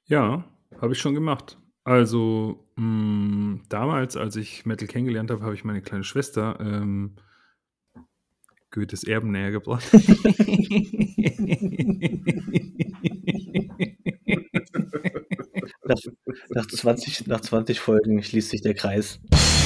Ja, habe ich schon gemacht. Also, damals, als ich Metal kennengelernt habe, habe ich meine kleine Schwester, Goethes Erben nähergebracht. Nach, nach 20 Folgen schließt sich der Kreis.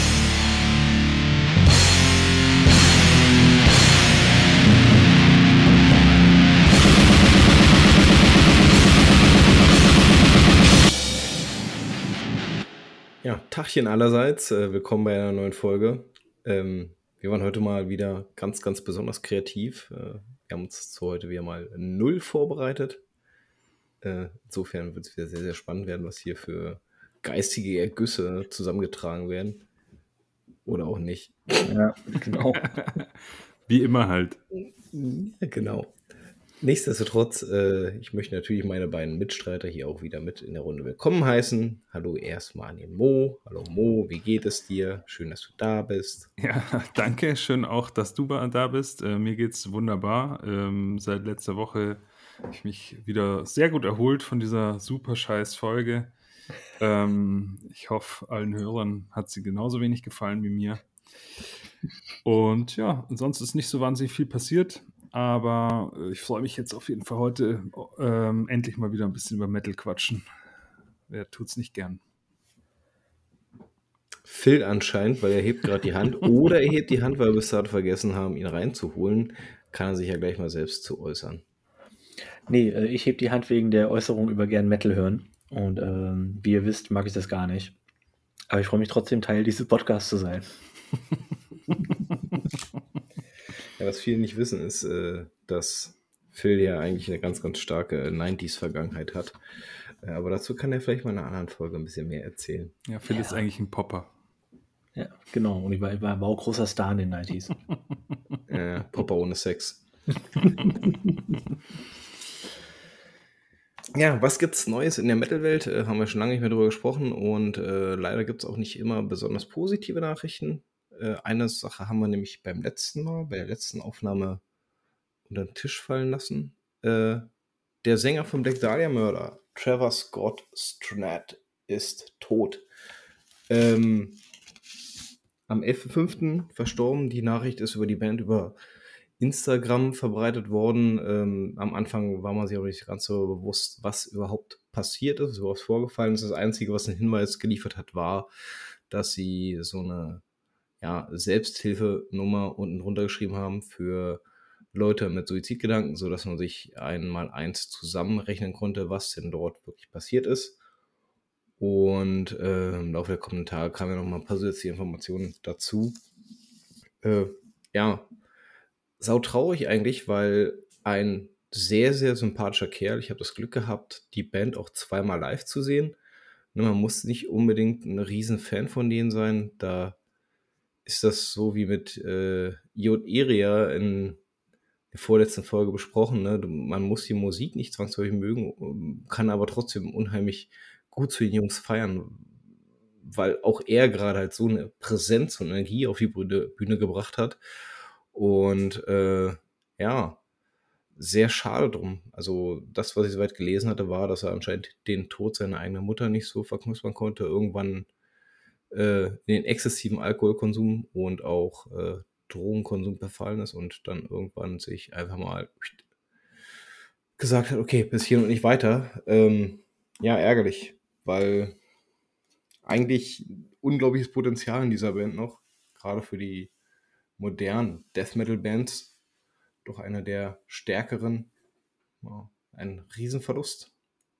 Ja, Tachchen allerseits, willkommen bei einer neuen Folge. Wir waren heute mal wieder ganz, ganz besonders kreativ. Wir haben uns zu heute wieder mal 0 vorbereitet. Insofern wird es wieder sehr, sehr spannend werden, was hier für geistige Ergüsse zusammengetragen werden. Oder auch nicht. Ja, genau. Wie immer halt. Ja, genau. Nichtsdestotrotz, ich möchte natürlich meine beiden Mitstreiter hier auch wieder mit in der Runde willkommen heißen. Hallo erstmal an den Mo. Hallo Mo, wie geht es dir? Schön, dass du da bist. Ja, danke. Schön auch, dass du da bist. Mir geht's wunderbar. Seit letzter Woche habe ich mich wieder sehr gut erholt von dieser super scheiß Folge. Ich hoffe, allen Hörern hat sie genauso wenig gefallen wie mir. Und ja, sonst ist nicht so wahnsinnig viel passiert, aber ich freue mich jetzt auf jeden Fall heute endlich mal wieder ein bisschen über Metal quatschen. Wer tut's nicht gern? Phil anscheinend, weil er hebt gerade die Hand. Oder er hebt die Hand, weil wir bis dato vergessen haben, ihn reinzuholen. Kann er sich ja gleich mal selbst zu äußern. Nee, ich heb die Hand wegen der Äußerung über gern Metal hören. Und wie ihr wisst, mag ich das gar nicht. Aber ich freue mich trotzdem, Teil dieses Podcasts zu sein. Ja, was viele nicht wissen, ist, dass Phil ja eigentlich eine ganz, ganz starke 90s-Vergangenheit hat. Aber dazu kann er vielleicht mal in einer anderen Folge ein bisschen mehr erzählen. Ja, Phil ist eigentlich ein Popper. Ja, genau. Und ich war auch großer Star in den 90s. Popper ohne Sex. Ja, was gibt's Neues in der Metal-Welt? Haben wir schon lange nicht mehr drüber gesprochen und leider gibt's auch nicht immer besonders positive Nachrichten. Eine Sache haben wir nämlich bei der letzten Aufnahme unter den Tisch fallen lassen. Der Sänger von Black Dahlia Murder, Trevor Scott Strnad, ist tot. Am 11.05. verstorben. Die Nachricht ist über die Band über Instagram verbreitet worden. Am Anfang war man sich auch nicht ganz so bewusst, was überhaupt passiert ist, was vorgefallen ist. Das Einzige, was einen Hinweis geliefert hat, war, dass sie so eine Selbsthilfenummer unten drunter geschrieben haben für Leute mit Suizidgedanken, sodass man sich einmal eins zusammenrechnen konnte, was denn dort wirklich passiert ist. Und im Laufe der kommenden Tage kamen ja noch mal ein paar zusätzliche Informationen dazu. Ja, sautraurig eigentlich, weil ein sehr, sehr sympathischer Kerl. Ich habe das Glück gehabt, die Band auch zweimal live zu sehen. Ne, man muss nicht unbedingt ein Riesenfan von denen sein. Da ist das so wie mit Iod Eria in der vorletzten Folge besprochen. Ne? Man muss die Musik nicht zwangsläufig mögen, kann aber trotzdem unheimlich gut zu den Jungs feiern, weil auch er gerade halt so eine Präsenz und Energie auf die Bühne gebracht hat. Und ja, sehr schade drum. Also das, was ich soweit gelesen hatte, war, dass er anscheinend den Tod seiner eigenen Mutter nicht so verknuspern konnte. Irgendwann in den exzessiven Alkoholkonsum und auch Drogenkonsum verfallen ist und dann irgendwann sich einfach mal gesagt hat, okay, bis hier und nicht weiter. Ja, ärgerlich, weil eigentlich unglaubliches Potenzial in dieser Band noch, gerade für die modernen Death Metal Bands, doch einer der stärkeren. Ja, ein Riesenverlust.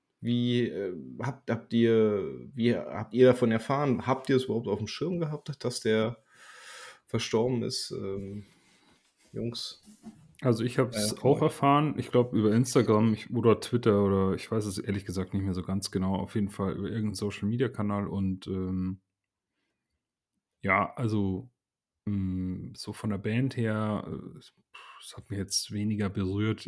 Wie habt ihr davon erfahren? Habt ihr es überhaupt auf dem Schirm gehabt, dass der verstorben ist? Jungs? Also ich habe es Von auch euch? erfahren, ich glaube über Instagram oder Twitter oder ich weiß es ehrlich gesagt nicht mehr so ganz genau, auf jeden Fall über irgendeinen Social-Media-Kanal und ja, also so von der Band her, es hat mich jetzt weniger berührt.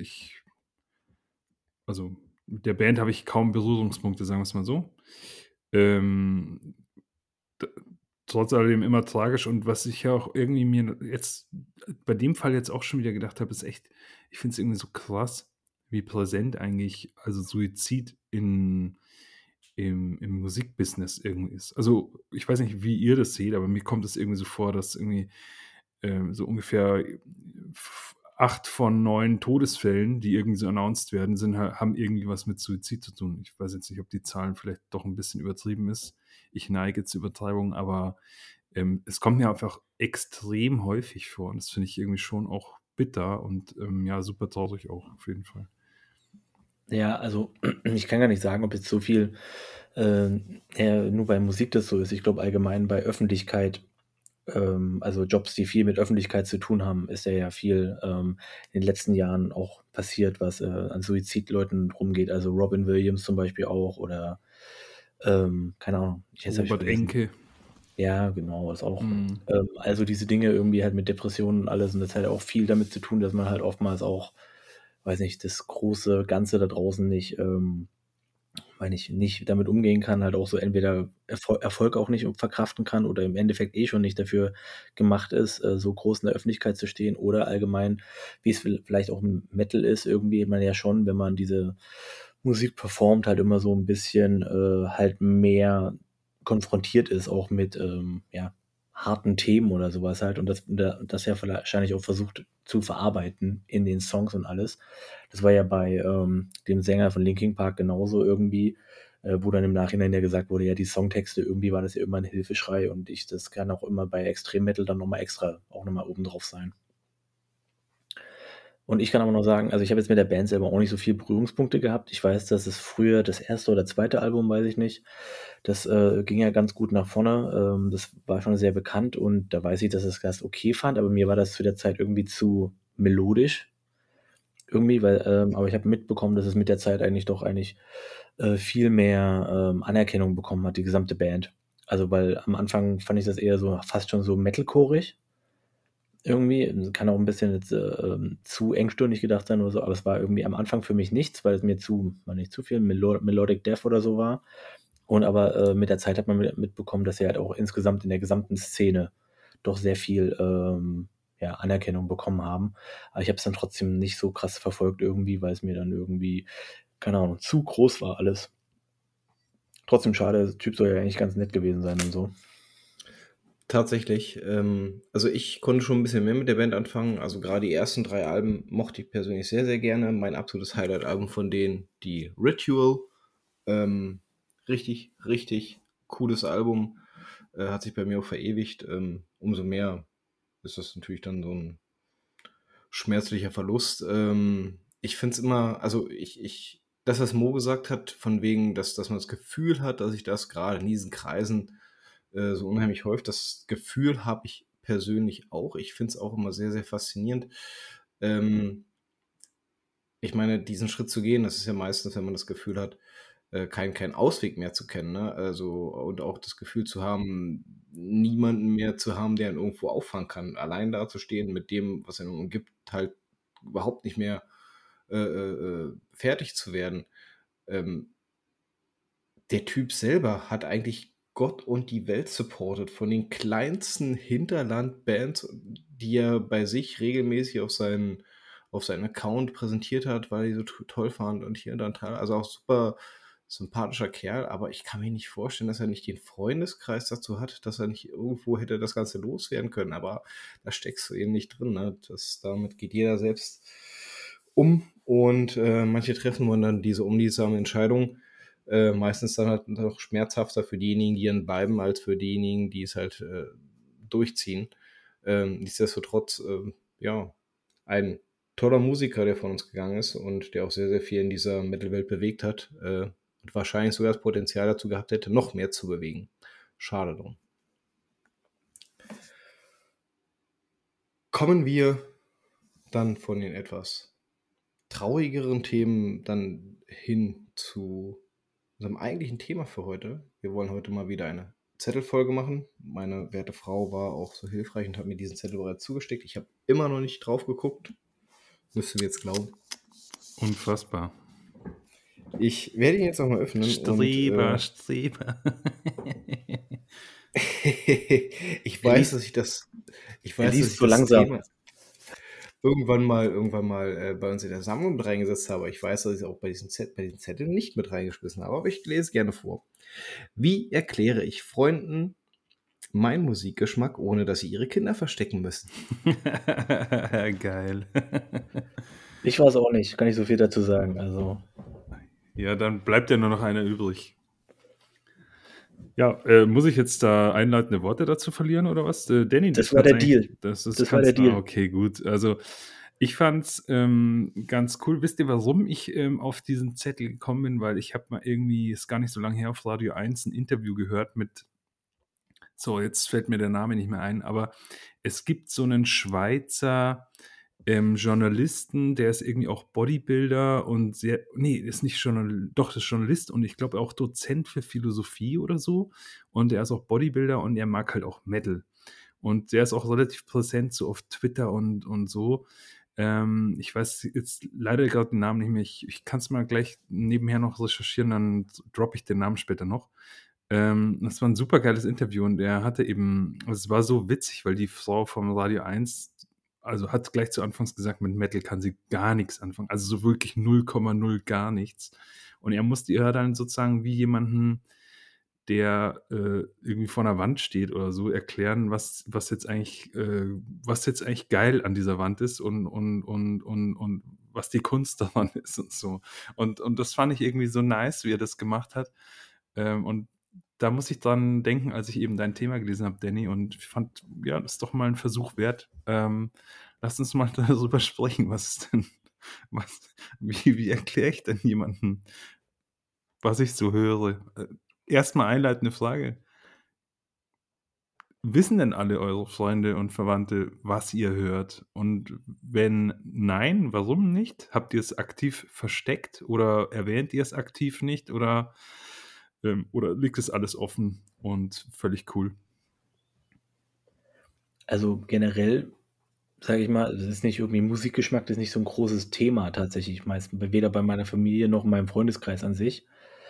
Also mit der Band habe ich kaum Berührungspunkte, sagen wir es mal so. Ähm, d Trotz alledem immer tragisch und was ich ja auch irgendwie mir jetzt bei dem Fall jetzt auch schon wieder gedacht habe, ist echt, ich finde es irgendwie so krass, wie präsent eigentlich also Suizid im Musikbusiness irgendwie ist. Also, ich weiß nicht, wie ihr das seht, aber mir kommt es irgendwie so vor, dass irgendwie so ungefähr 8 von 9 Todesfällen, die irgendwie so announced werden, haben irgendwie was mit Suizid zu tun. Ich weiß jetzt nicht, ob die Zahlen vielleicht doch ein bisschen übertrieben ist. Ich neige zur Übertreibung, aber es kommt mir einfach extrem häufig vor und das finde ich irgendwie schon auch bitter und ja, super traurig auch auf jeden Fall. Ja, also ich kann gar nicht sagen, ob jetzt so viel nur bei Musik das so ist. Ich glaube allgemein bei Öffentlichkeit, also Jobs, die viel mit Öffentlichkeit zu tun haben, ist ja viel in den letzten Jahren auch passiert, was an Suizidleuten rumgeht. Also Robin Williams zum Beispiel auch oder keine Ahnung, jetzt habe ich Robert vergessen. Enke. Ja, genau, ist auch. Also diese Dinge irgendwie halt mit Depressionen und alles und das hat auch viel damit zu tun, dass man halt oftmals auch, weiß nicht, das große Ganze da draußen nicht, nicht damit umgehen kann, halt auch so entweder Erfolg auch nicht verkraften kann oder im Endeffekt schon nicht dafür gemacht ist, so groß in der Öffentlichkeit zu stehen oder allgemein, wie es vielleicht auch im Metal ist, irgendwie man ja schon, wenn man diese Musik performt, halt immer so ein bisschen halt mehr konfrontiert ist, auch mit harten Themen oder sowas halt und das ja wahrscheinlich auch versucht zu verarbeiten in den Songs und alles. Das war ja bei dem Sänger von Linkin Park genauso irgendwie, wo dann im Nachhinein ja gesagt wurde, ja, die Songtexte, irgendwie war das ja immer ein Hilfeschrei und das kann auch immer bei Extrem Metal dann nochmal extra auch nochmal oben drauf sein. Und ich kann aber noch sagen, also ich habe jetzt mit der Band selber auch nicht so viele Berührungspunkte gehabt. Ich weiß, dass es früher das erste oder zweite Album, weiß ich nicht, das ging ja ganz gut nach vorne. Das war schon sehr bekannt und da weiß ich, dass ich das okay fand, aber mir war das zu der Zeit irgendwie zu melodisch. Irgendwie, weil, aber ich habe mitbekommen, dass es mit der Zeit eigentlich viel mehr Anerkennung bekommen hat, die gesamte Band. Also, weil am Anfang fand ich das eher so fast schon so metalcoreig irgendwie. Kann auch ein bisschen jetzt zu engstirnig gedacht sein oder so, aber es war irgendwie am Anfang für mich nichts, weil es mir nicht zu viel Melodic Death oder so war. Und aber mit der Zeit hat man mitbekommen, dass sie halt auch insgesamt in der gesamten Szene doch sehr viel Anerkennung bekommen haben. Aber ich habe es dann trotzdem nicht so krass verfolgt irgendwie, weil es mir dann irgendwie, keine Ahnung, zu groß war alles. Trotzdem schade, der Typ soll ja eigentlich ganz nett gewesen sein und so. Tatsächlich, also ich konnte schon ein bisschen mehr mit der Band anfangen. Also gerade die ersten 3 Alben mochte ich persönlich sehr, sehr gerne. Mein absolutes Highlight-Album von denen, die Ritual. Richtig, richtig cooles Album. Hat sich bei mir auch verewigt. Umso mehr ist das natürlich dann so ein schmerzlicher Verlust. Ich finde es immer, also das, was Mo gesagt hat, von wegen, dass man das Gefühl hat, dass ich das gerade in diesen Kreisen so unheimlich häufig, das Gefühl habe ich persönlich auch. Ich finde es auch immer sehr, sehr faszinierend. Ich meine, diesen Schritt zu gehen, das ist ja meistens, wenn man das Gefühl hat, keinen Ausweg mehr zu kennen, ne? Also, und auch das Gefühl zu haben, niemanden mehr zu haben, der ihn irgendwo auffangen kann. Allein dazustehen mit dem, was er nun gibt, halt überhaupt nicht mehr fertig zu werden. Der Typ selber hat eigentlich Gott und die Welt supportet. Von den kleinsten Hinterland-Bands, die er bei sich regelmäßig auf seinen Account präsentiert hat, weil die so toll fand und hier und dann Teil. Also auch super sympathischer Kerl, aber ich kann mir nicht vorstellen, dass er nicht den Freundeskreis dazu hat, dass er nicht irgendwo hätte das Ganze loswerden können. Aber da steckst du eben nicht drin. Ne? Damit geht jeder selbst um und manche treffen dann diese unliebsame Entscheidung. Meistens dann halt noch schmerzhafter für diejenigen, die dann bleiben, als für diejenigen, die es halt durchziehen. Nichtsdestotrotz, ja, ein toller Musiker, der von uns gegangen ist und der auch sehr, sehr viel in dieser Metal-Welt bewegt hat und wahrscheinlich sogar das Potenzial dazu gehabt hätte, noch mehr zu bewegen. Schade drum. Kommen wir dann von den etwas traurigeren Themen dann hin zu unserem eigentlichen Thema für heute. Wir wollen heute mal wieder eine Zettelfolge machen. Meine werte Frau war auch so hilfreich und hat mir diesen Zettel bereits zugesteckt. Ich habe immer noch nicht drauf geguckt. Müsst ihr mir jetzt glauben. Unfassbar. Ich werde ihn jetzt auch mal öffnen. Streber. Ich weiß, dass ich das so langsam. Thema... irgendwann mal bei uns in der Sammlung mit reingesetzt habe. Ich weiß, dass ich es auch bei diesen Zetteln nicht mit reingeschmissen habe, aber ich lese gerne vor. Wie erkläre ich Freunden meinen Musikgeschmack, ohne dass sie ihre Kinder verstecken müssen? Geil. Ich weiß auch nicht, kann ich so viel dazu sagen. Also, Ja, dann bleibt ja nur noch einer übrig. Ja, muss ich jetzt da einleitende Worte dazu verlieren oder was? Danny, das war der Deal. Das Das war der kannst Deal. okay, gut. Also ich fand's ganz cool. Wisst ihr, warum ich auf diesen Zettel gekommen bin? Weil ich habe mal irgendwie, ist gar nicht so lange her, auf Radio 1 ein Interview gehört mit, so, jetzt fällt mir der Name nicht mehr ein, aber es gibt so einen Schweizer Journalisten, der ist irgendwie auch Bodybuilder und ist nicht doch, das ist Journalist und ich glaube auch Dozent für Philosophie oder so. Und er ist auch Bodybuilder und er mag halt auch Metal. Und der ist auch relativ präsent so auf Twitter und so. Ich weiß jetzt leider gerade den Namen nicht mehr. Ich kann es mal gleich nebenher noch recherchieren, dann droppe ich den Namen später noch. Das war ein super geiles Interview und er hatte eben, also es war so witzig, weil die Frau vom Radio 1, also hat gleich zu Anfangs gesagt, mit Metal kann sie gar nichts anfangen. Also so wirklich 0,0 gar nichts. Und er musste ihr dann sozusagen wie jemanden, der irgendwie vor einer Wand steht oder so, erklären, was jetzt eigentlich geil an dieser Wand ist und was die Kunst daran ist und so. Und das fand ich irgendwie so nice, wie er das gemacht hat. Und da muss ich dran denken, als ich eben dein Thema gelesen habe, Danny, und ich fand, ja, das ist doch mal ein Versuch wert. Lass uns mal darüber sprechen, wie erkläre ich denn jemandem, was ich so höre? Erstmal einleitende Frage. Wissen denn alle eure Freunde und Verwandte, was ihr hört? Und wenn nein, warum nicht? Habt ihr es aktiv versteckt oder erwähnt ihr es aktiv nicht oder liegt es alles offen und völlig cool? Also generell, sage ich mal, das ist nicht irgendwie Musikgeschmack, das ist nicht so ein großes Thema tatsächlich meistens, weder bei meiner Familie noch in meinem Freundeskreis an sich.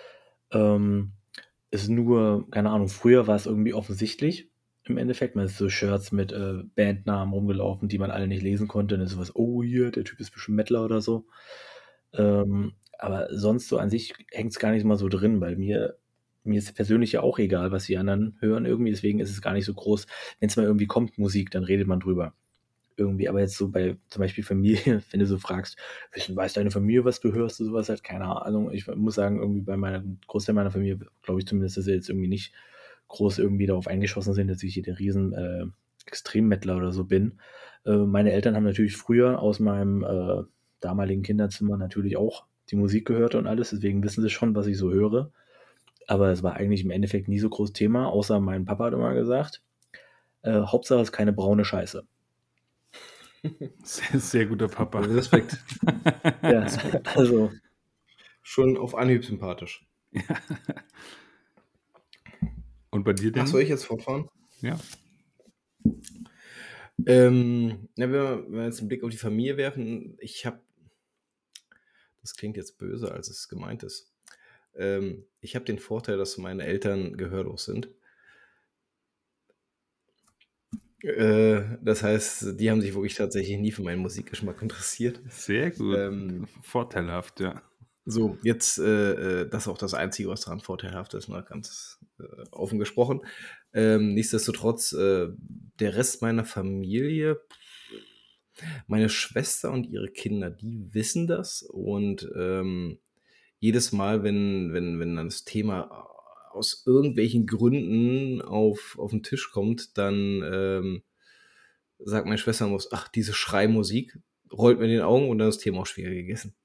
Ist nur, keine Ahnung, früher war es irgendwie offensichtlich im Endeffekt. Man ist so Shirts mit Bandnamen rumgelaufen, die man alle nicht lesen konnte. Und dann ist sowas, oh hier, der Typ ist bestimmt Mettler oder so. Aber sonst so an sich hängt es gar nicht mal so drin, weil mir ist persönlich ja auch egal, was die anderen hören irgendwie. Deswegen ist es gar nicht so groß. Wenn es mal irgendwie kommt, Musik, dann redet man drüber. Irgendwie, aber jetzt so bei zum Beispiel Familie, wenn du so fragst, weiß deine Familie, was du hörst, oder sowas halt, keine Ahnung. Ich muss sagen, irgendwie bei meiner Großteil meiner Familie, glaube ich zumindest, dass sie jetzt irgendwie nicht groß irgendwie darauf eingeschossen sind, dass ich hier der riesen Extremmettler oder so bin. Meine Eltern haben natürlich früher aus meinem damaligen Kinderzimmer natürlich auch die Musik gehört und alles, deswegen wissen sie schon, was ich so höre. Aber es war eigentlich im Endeffekt nie so groß Thema, außer mein Papa hat immer gesagt, Hauptsache es ist keine braune Scheiße. Sehr, sehr guter Papa. Respekt. Ja, also Schon auf Anhieb sympathisch. Und bei dir denn? Ach, soll ich jetzt fortfahren? Ja. Wenn wir jetzt einen Blick auf die Familie werfen, das klingt jetzt böse, als es gemeint ist. Ich habe den Vorteil, dass meine Eltern gehörlos sind. Das heißt, die haben sich wirklich tatsächlich nie für meinen Musikgeschmack interessiert. Sehr gut. Vorteilhaft, ja. So, jetzt, das ist auch das Einzige, was daran vorteilhaft ist, mal ganz offen gesprochen. Nichtsdestotrotz, der Rest meiner Familie, meine Schwester und ihre Kinder, die wissen das. Und jedes Mal, wenn dann das Thema aus irgendwelchen Gründen auf den Tisch kommt, dann sagt meine Schwester muss, ach, diese Schreimusik, rollt mir in den Augen und dann ist das Thema auch schwer gegessen.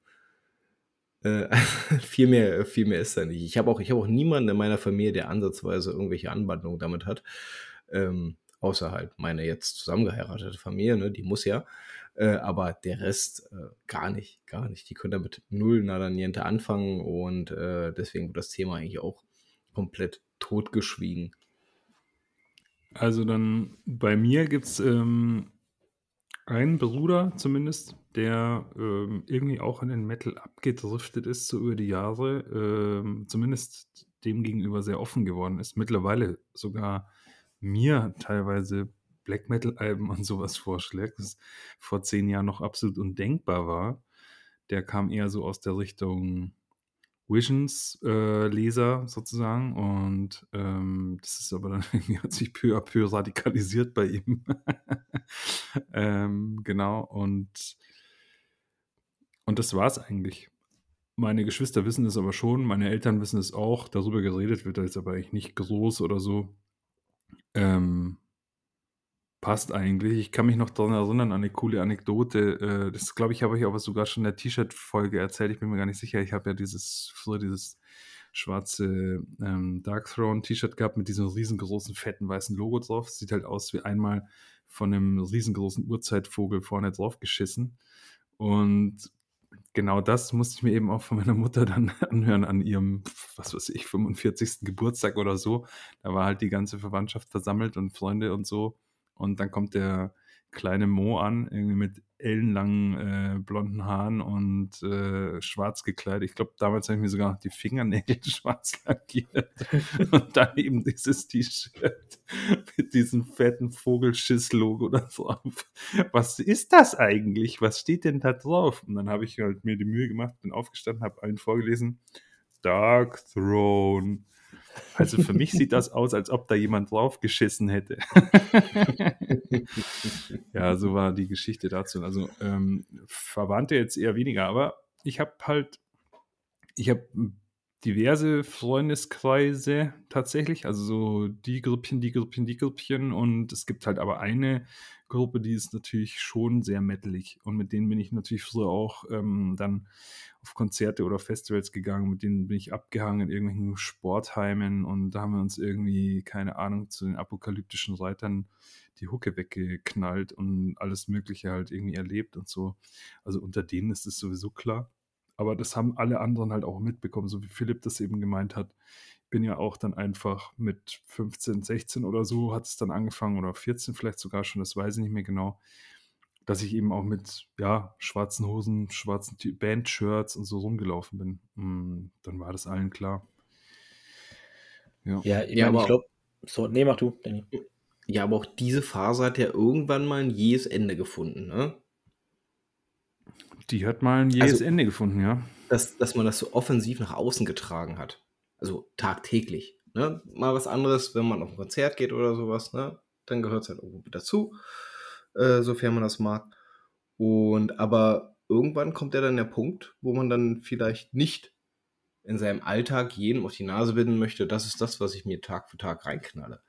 Viel mehr ist da nicht. Ich habe auch niemanden in meiner Familie, der ansatzweise irgendwelche Anwandlungen damit hat. Außer halt meine jetzt zusammengeheiratete Familie, ne, die muss ja. Aber der Rest gar nicht. Die können damit null nada niente anfangen und deswegen wird das Thema eigentlich auch komplett totgeschwiegen. Also dann bei mir gibt es einen Bruder zumindest, der irgendwie auch in den Metal abgedriftet ist, so über die Jahre, zumindest dem gegenüber sehr offen geworden ist, mittlerweile sogar mir teilweise Black Metal-Alben und sowas vorschlägt, das vor 10 Jahren noch absolut undenkbar war. Der kam eher so aus der Richtung Visions-Leser sozusagen und das ist aber dann irgendwie hat sich peu à peu radikalisiert bei ihm. Genau, und das war's eigentlich. Meine Geschwister wissen es aber schon, meine Eltern wissen es auch. Darüber geredet wird da jetzt aber eigentlich nicht groß oder so. Passt eigentlich. Ich kann mich noch daran erinnern an eine coole Anekdote. Das glaube ich, habe ich aber sogar schon in der T-Shirt-Folge erzählt. Ich bin mir gar nicht sicher. Ich habe ja früher dieses schwarze Dark Throne T-Shirt gehabt mit diesem riesengroßen, fetten, weißen Logo drauf. Sieht halt aus wie einmal von einem riesengroßen Urzeitvogel vorne drauf geschissen. Und genau das musste ich mir eben auch von meiner Mutter dann anhören an ihrem, was weiß ich, 45. Geburtstag oder so. Da war halt die ganze Verwandtschaft versammelt und Freunde und so. Und dann kommt der kleine Mo an, irgendwie mit ellenlangen blonden Haaren und schwarz gekleidet. Ich glaube, damals habe ich mir sogar noch die Fingernägel schwarz lackiert. Und dann eben dieses T-Shirt mit diesem fetten Vogelschiss-Logo da drauf. Was ist das eigentlich? Was steht denn da drauf? Und dann habe ich halt mir die Mühe gemacht, bin aufgestanden, habe allen vorgelesen, Dark Throne. Also für mich sieht das aus, als ob da jemand drauf geschissen hätte. Ja, so war die Geschichte dazu. Also Verwandte jetzt eher weniger, aber ich habe diverse Freundeskreise tatsächlich, also so die Grüppchen und es gibt halt aber eine Gruppe, die ist natürlich schon sehr metalig und mit denen bin ich natürlich früher auch dann auf Konzerte oder Festivals gegangen, mit denen bin ich abgehangen in irgendwelchen Sportheimen und da haben wir uns irgendwie, keine Ahnung, zu den apokalyptischen Reitern die Hucke weggeknallt und alles Mögliche halt irgendwie erlebt und so. Also unter denen ist es sowieso klar. Aber das haben alle anderen halt auch mitbekommen, so wie Philipp das eben gemeint hat. Ich bin ja auch dann einfach mit 15, 16 oder so hat es dann angefangen oder 14 vielleicht sogar schon, das weiß ich nicht mehr genau, dass ich eben auch mit schwarzen Hosen, schwarzen Band-Shirts und so rumgelaufen bin. Dann war das allen klar. Ja, Ja, ich Ja, meine, ich aber, glaube, so, nee, mach du, Danny. ja, aber auch diese Phase hat ja irgendwann mal ein jähes Ende gefunden, ne? die hat mal ein jähes Ende gefunden, ja. Dass man das so offensiv nach außen getragen hat. Also tagtäglich. Ne? Mal was anderes, wenn man auf ein Konzert geht oder sowas, ne? Dann gehört es halt irgendwo mit dazu, sofern man das mag. Aber irgendwann kommt ja dann der Punkt, wo man dann vielleicht nicht in seinem Alltag jedem auf die Nase binden möchte, das ist das, was ich mir Tag für Tag reinknalle.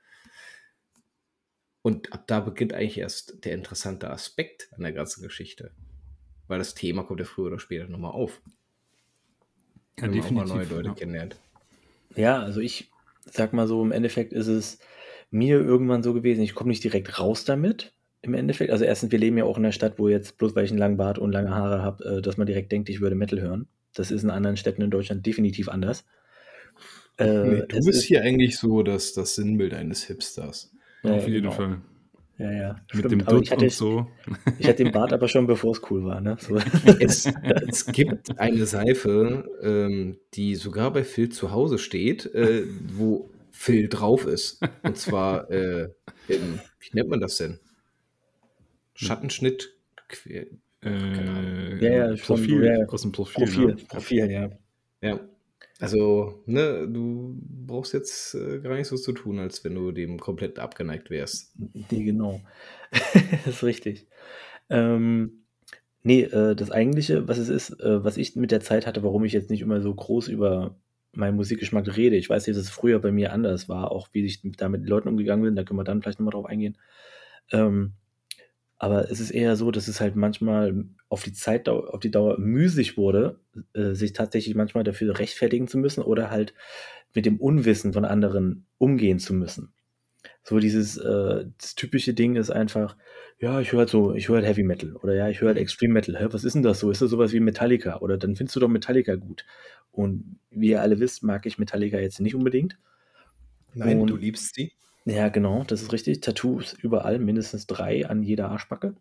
Und ab da beginnt eigentlich erst der interessante Aspekt an der ganzen Geschichte. Weil das Thema kommt ja früher oder später nochmal auf. Ja, Wenn man auch mal neue definitiv. Leute Ja. kennenlernt. Ja, also ich sag mal so, im Endeffekt ist es mir irgendwann so gewesen, ich komme nicht direkt raus damit, im Endeffekt. Also erstens, wir leben ja auch in einer Stadt, wo jetzt, bloß weil ich einen langen Bart und lange Haare habe, dass man direkt denkt, ich würde Metal hören. Das ist in anderen Städten in Deutschland definitiv anders. Nee, du es bist ist, hier eigentlich so das Sinnbild eines Hipsters. Auf jeden genau. Fall. Ja, ja, Mit stimmt. dem Aber Dutt und so. ich hatte den Bart aber schon, bevor es cool war, ne? So. Es gibt eine Seife, die sogar bei Phil zu Hause steht, wo Phil drauf ist. Und zwar wie nennt man das denn? Schattenschnitt? Keine Ahnung. Ja, schon, Profil, ja, aus dem Profil. Profil, ja. Ja. Also, ne, du brauchst jetzt gar nicht so zu tun, als wenn du dem komplett abgeneigt wärst. Nee, genau. Das ist richtig. Das Eigentliche, was es ist, was ich mit der Zeit hatte, warum ich jetzt nicht immer so groß über meinen Musikgeschmack rede. Ich weiß, dass es früher bei mir anders war, auch wie ich da mit Leuten umgegangen bin, da können wir dann vielleicht nochmal drauf eingehen. Aber es ist eher so, dass es halt manchmal auf die Dauer müßig wurde, sich tatsächlich manchmal dafür rechtfertigen zu müssen oder halt mit dem Unwissen von anderen umgehen zu müssen. So das typische Ding ist einfach, ja, ich höre halt Heavy Metal oder ja, ich höre halt Extreme Metal. Hä, was ist denn das so? Ist das sowas wie Metallica? Oder dann findest du doch Metallica gut. Und wie ihr alle wisst, mag ich Metallica jetzt nicht unbedingt. Nein, Und- du liebst sie. Ja, genau, das ist richtig. Tattoos überall, mindestens 3 an jeder Arschbacke.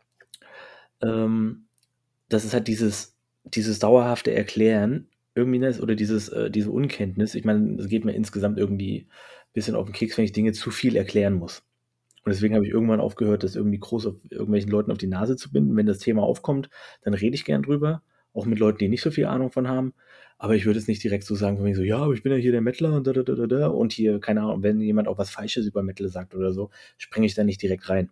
Das ist halt dieses dauerhafte Erklären irgendwie, ne, oder diese Unkenntnis. Ich meine, es geht mir insgesamt irgendwie ein bisschen auf den Keks, wenn ich Dinge zu viel erklären muss. Und deswegen habe ich irgendwann aufgehört, das irgendwie groß auf irgendwelchen Leuten auf die Nase zu binden. Wenn das Thema aufkommt, dann rede ich gern drüber, auch mit Leuten, die nicht so viel Ahnung von haben. Aber ich würde es nicht direkt so sagen, von mir so, ja, aber ich bin ja hier der Mettler und da. Und hier, keine Ahnung, wenn jemand auch was Falsches über Metal sagt oder so, springe ich da nicht direkt rein.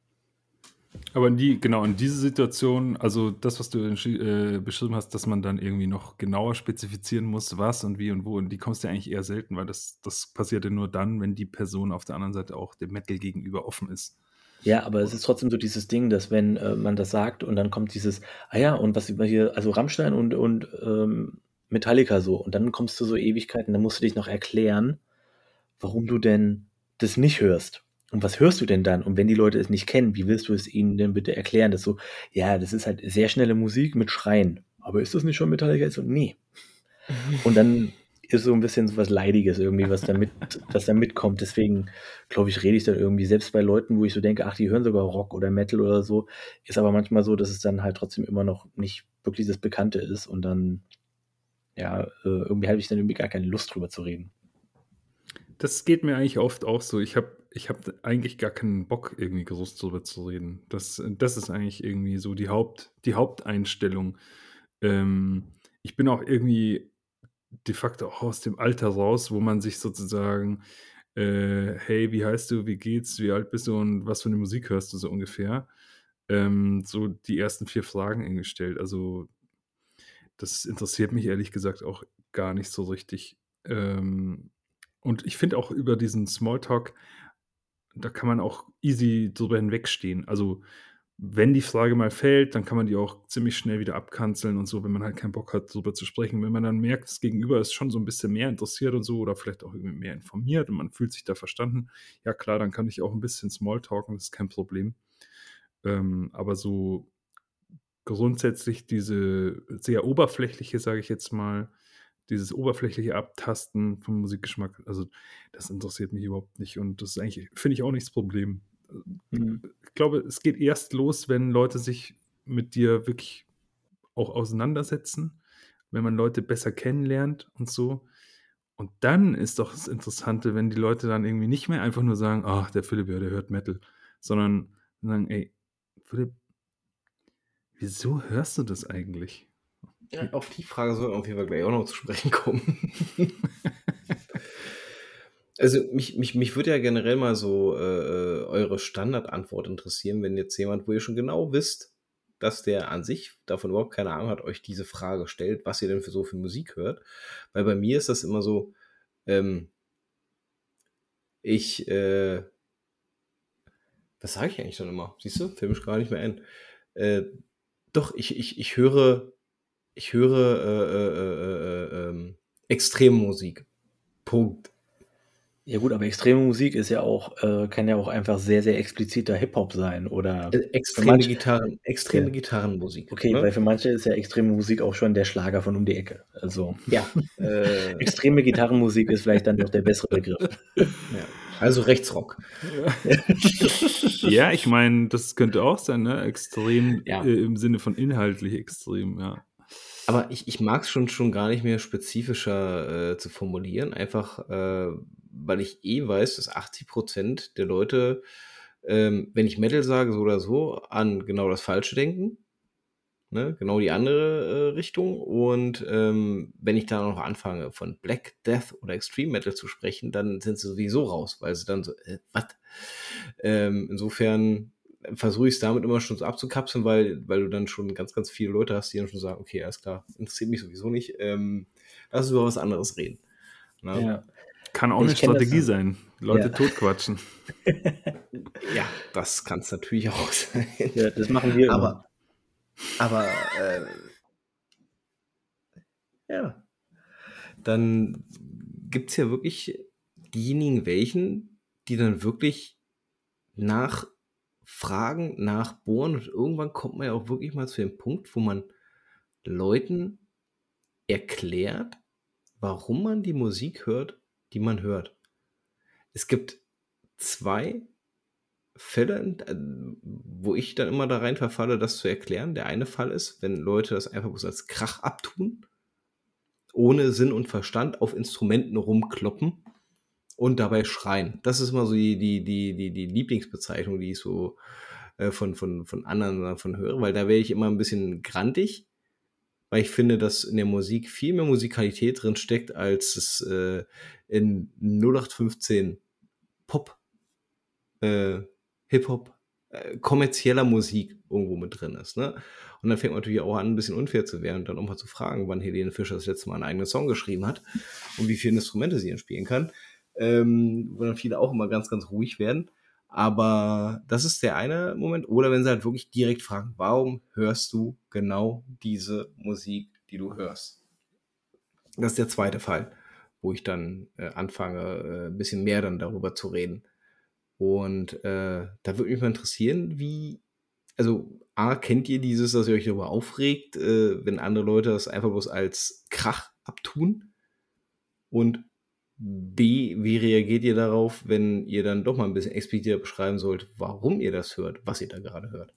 Aber in diese Situation, also das, was du beschrieben hast, dass man dann irgendwie noch genauer spezifizieren muss, was und wie und wo, und die kommst du ja eigentlich eher selten, weil das passiert ja nur dann, wenn die Person auf der anderen Seite auch dem Metal gegenüber offen ist. Ja, aber es ist trotzdem so dieses Ding, dass wenn man das sagt und dann kommt dieses, ja, und was über hier, also Rammstein und Metallica so, und dann kommst du so Ewigkeiten, dann musst du dich noch erklären, warum du denn das nicht hörst. Und was hörst du denn dann? Und wenn die Leute es nicht kennen, wie willst du es ihnen denn bitte erklären? Das so, ja, das ist halt sehr schnelle Musik mit Schreien. Aber ist das nicht schon Metallica? Ich so, nee. Und dann ist so ein bisschen so was Leidiges irgendwie, was da mitkommt. Deswegen, glaube ich, rede ich dann irgendwie, selbst bei Leuten, wo ich so denke, ach, die hören sogar Rock oder Metal oder so, ist aber manchmal so, dass es dann halt trotzdem immer noch nicht wirklich das Bekannte ist und dann, ja, irgendwie habe ich dann irgendwie gar keine Lust drüber zu reden. Das geht mir eigentlich oft auch so. Ich hab eigentlich gar keinen Bock, irgendwie groß drüber zu reden. Das ist eigentlich irgendwie so die Haupteinstellung. Ich bin auch irgendwie de facto auch aus dem Alter raus, wo man sich sozusagen, hey, wie heißt du, wie geht's, wie alt bist du und was für eine Musik hörst du so ungefähr, so die ersten 4 Fragen irgendwie stellt. Also das interessiert mich ehrlich gesagt auch gar nicht so richtig. Und ich finde auch über diesen Smalltalk, da kann man auch easy drüber hinwegstehen. Also, wenn die Frage mal fällt, dann kann man die auch ziemlich schnell wieder abkanzeln und so, wenn man halt keinen Bock hat, drüber zu sprechen. Wenn man dann merkt, das Gegenüber ist schon so ein bisschen mehr interessiert und so oder vielleicht auch irgendwie mehr informiert und man fühlt sich da verstanden, ja klar, dann kann ich auch ein bisschen Smalltalken, das ist kein Problem. Aber so grundsätzlich diese sehr oberflächliche, sage ich jetzt mal, dieses oberflächliche Abtasten vom Musikgeschmack, also das interessiert mich überhaupt nicht und das ist eigentlich, finde ich, auch nicht das Problem. Mhm. Ich glaube, es geht erst los, wenn Leute sich mit dir wirklich auch auseinandersetzen, wenn man Leute besser kennenlernt und so. Und dann ist doch das Interessante, wenn die Leute dann irgendwie nicht mehr einfach nur sagen, ach, der Philipp, ja, der hört Metal, sondern sagen, ey, Philipp, wieso hörst du das eigentlich? Ja, auf die Frage sollten wir auf jeden Fall gleich auch noch zu sprechen kommen. Also mich würde ja generell mal so eure Standardantwort interessieren, wenn jetzt jemand, wo ihr schon genau wisst, dass der an sich davon überhaupt keine Ahnung hat, euch diese Frage stellt, was ihr denn für Musik hört. Weil bei mir ist das immer so, ich, was sage ich eigentlich dann immer? Siehst du, fällt mich gar nicht mehr ein. Doch, ich höre extreme Musik. Punkt. Ja gut, aber extreme Musik ist ja auch, kann ja auch einfach sehr, sehr expliziter Hip-Hop sein oder für Extreme manche, ja, Gitarrenmusik. okay, Ne? weil für manche ist ja extreme Musik auch schon der Schlager von um die Ecke. Also Ja. extreme Gitarrenmusik ist vielleicht dann doch der bessere Begriff. Ja. Also Rechtsrock. Ja, ich meine, das könnte auch sein, ne? Extrem Ja. Im Sinne von inhaltlich extrem, ja. Aber ich mag es schon gar nicht mehr spezifischer zu formulieren, einfach weil ich weiß, dass 80% der Leute, wenn ich Metal sage, so oder so, an genau das Falsche denken. Ne? Genau die andere Richtung. Und wenn ich da noch anfange, von Black Death oder Extreme Metal zu sprechen, dann sind sie sowieso raus, weil sie dann so, was? Insofern versuche ich es damit immer schon so abzukapseln, weil du dann schon ganz, ganz viele Leute hast, die dann schon sagen, okay, alles klar, interessiert mich sowieso nicht. Lass uns über was anderes reden. Na? Ja. Kann auch Ich eine kenn das. Strategie sein, Leute Ja. totquatschen. Ja, das kann es natürlich auch sein. Ja, das machen wir immer. Aber ja, dann gibt es ja wirklich diejenigen, die dann wirklich nachfragen, nachbohren und irgendwann kommt man ja auch wirklich mal zu dem Punkt, wo man Leuten erklärt, warum man die Musik hört, die man hört. Es gibt 2 Fälle, wo ich dann immer da rein verfalle, das zu erklären. Der eine Fall ist, wenn Leute das einfach bloß als Krach abtun, ohne Sinn und Verstand auf Instrumenten rumkloppen und dabei schreien. Das ist immer so die Lieblingsbezeichnung, die ich so von anderen davon höre, weil da wäre ich immer ein bisschen grantig, weil ich finde, dass in der Musik viel mehr Musikalität drin steckt, als es in 0815 Pop, Hip-Hop, kommerzieller Musik irgendwo mit drin ist. Ne? Und dann fängt man natürlich auch an, ein bisschen unfair zu werden und dann auch mal zu fragen, wann Helene Fischer das letzte Mal einen eigenen Song geschrieben hat und wie viele Instrumente sie denn spielen kann. Wo dann viele auch immer ganz, ganz ruhig werden. Aber das ist der eine Moment. Oder wenn sie halt wirklich direkt fragen, warum hörst du genau diese Musik, die du hörst? Das ist der zweite Fall, wo ich dann anfange, ein bisschen mehr dann darüber zu reden. Und da würde mich mal interessieren, also A, kennt ihr dieses, dass ihr euch darüber aufregt, wenn andere Leute das einfach bloß als Krach abtun? Und B, wie reagiert ihr darauf, wenn ihr dann doch mal ein bisschen expliziter beschreiben sollt, warum ihr das hört, was ihr da gerade hört?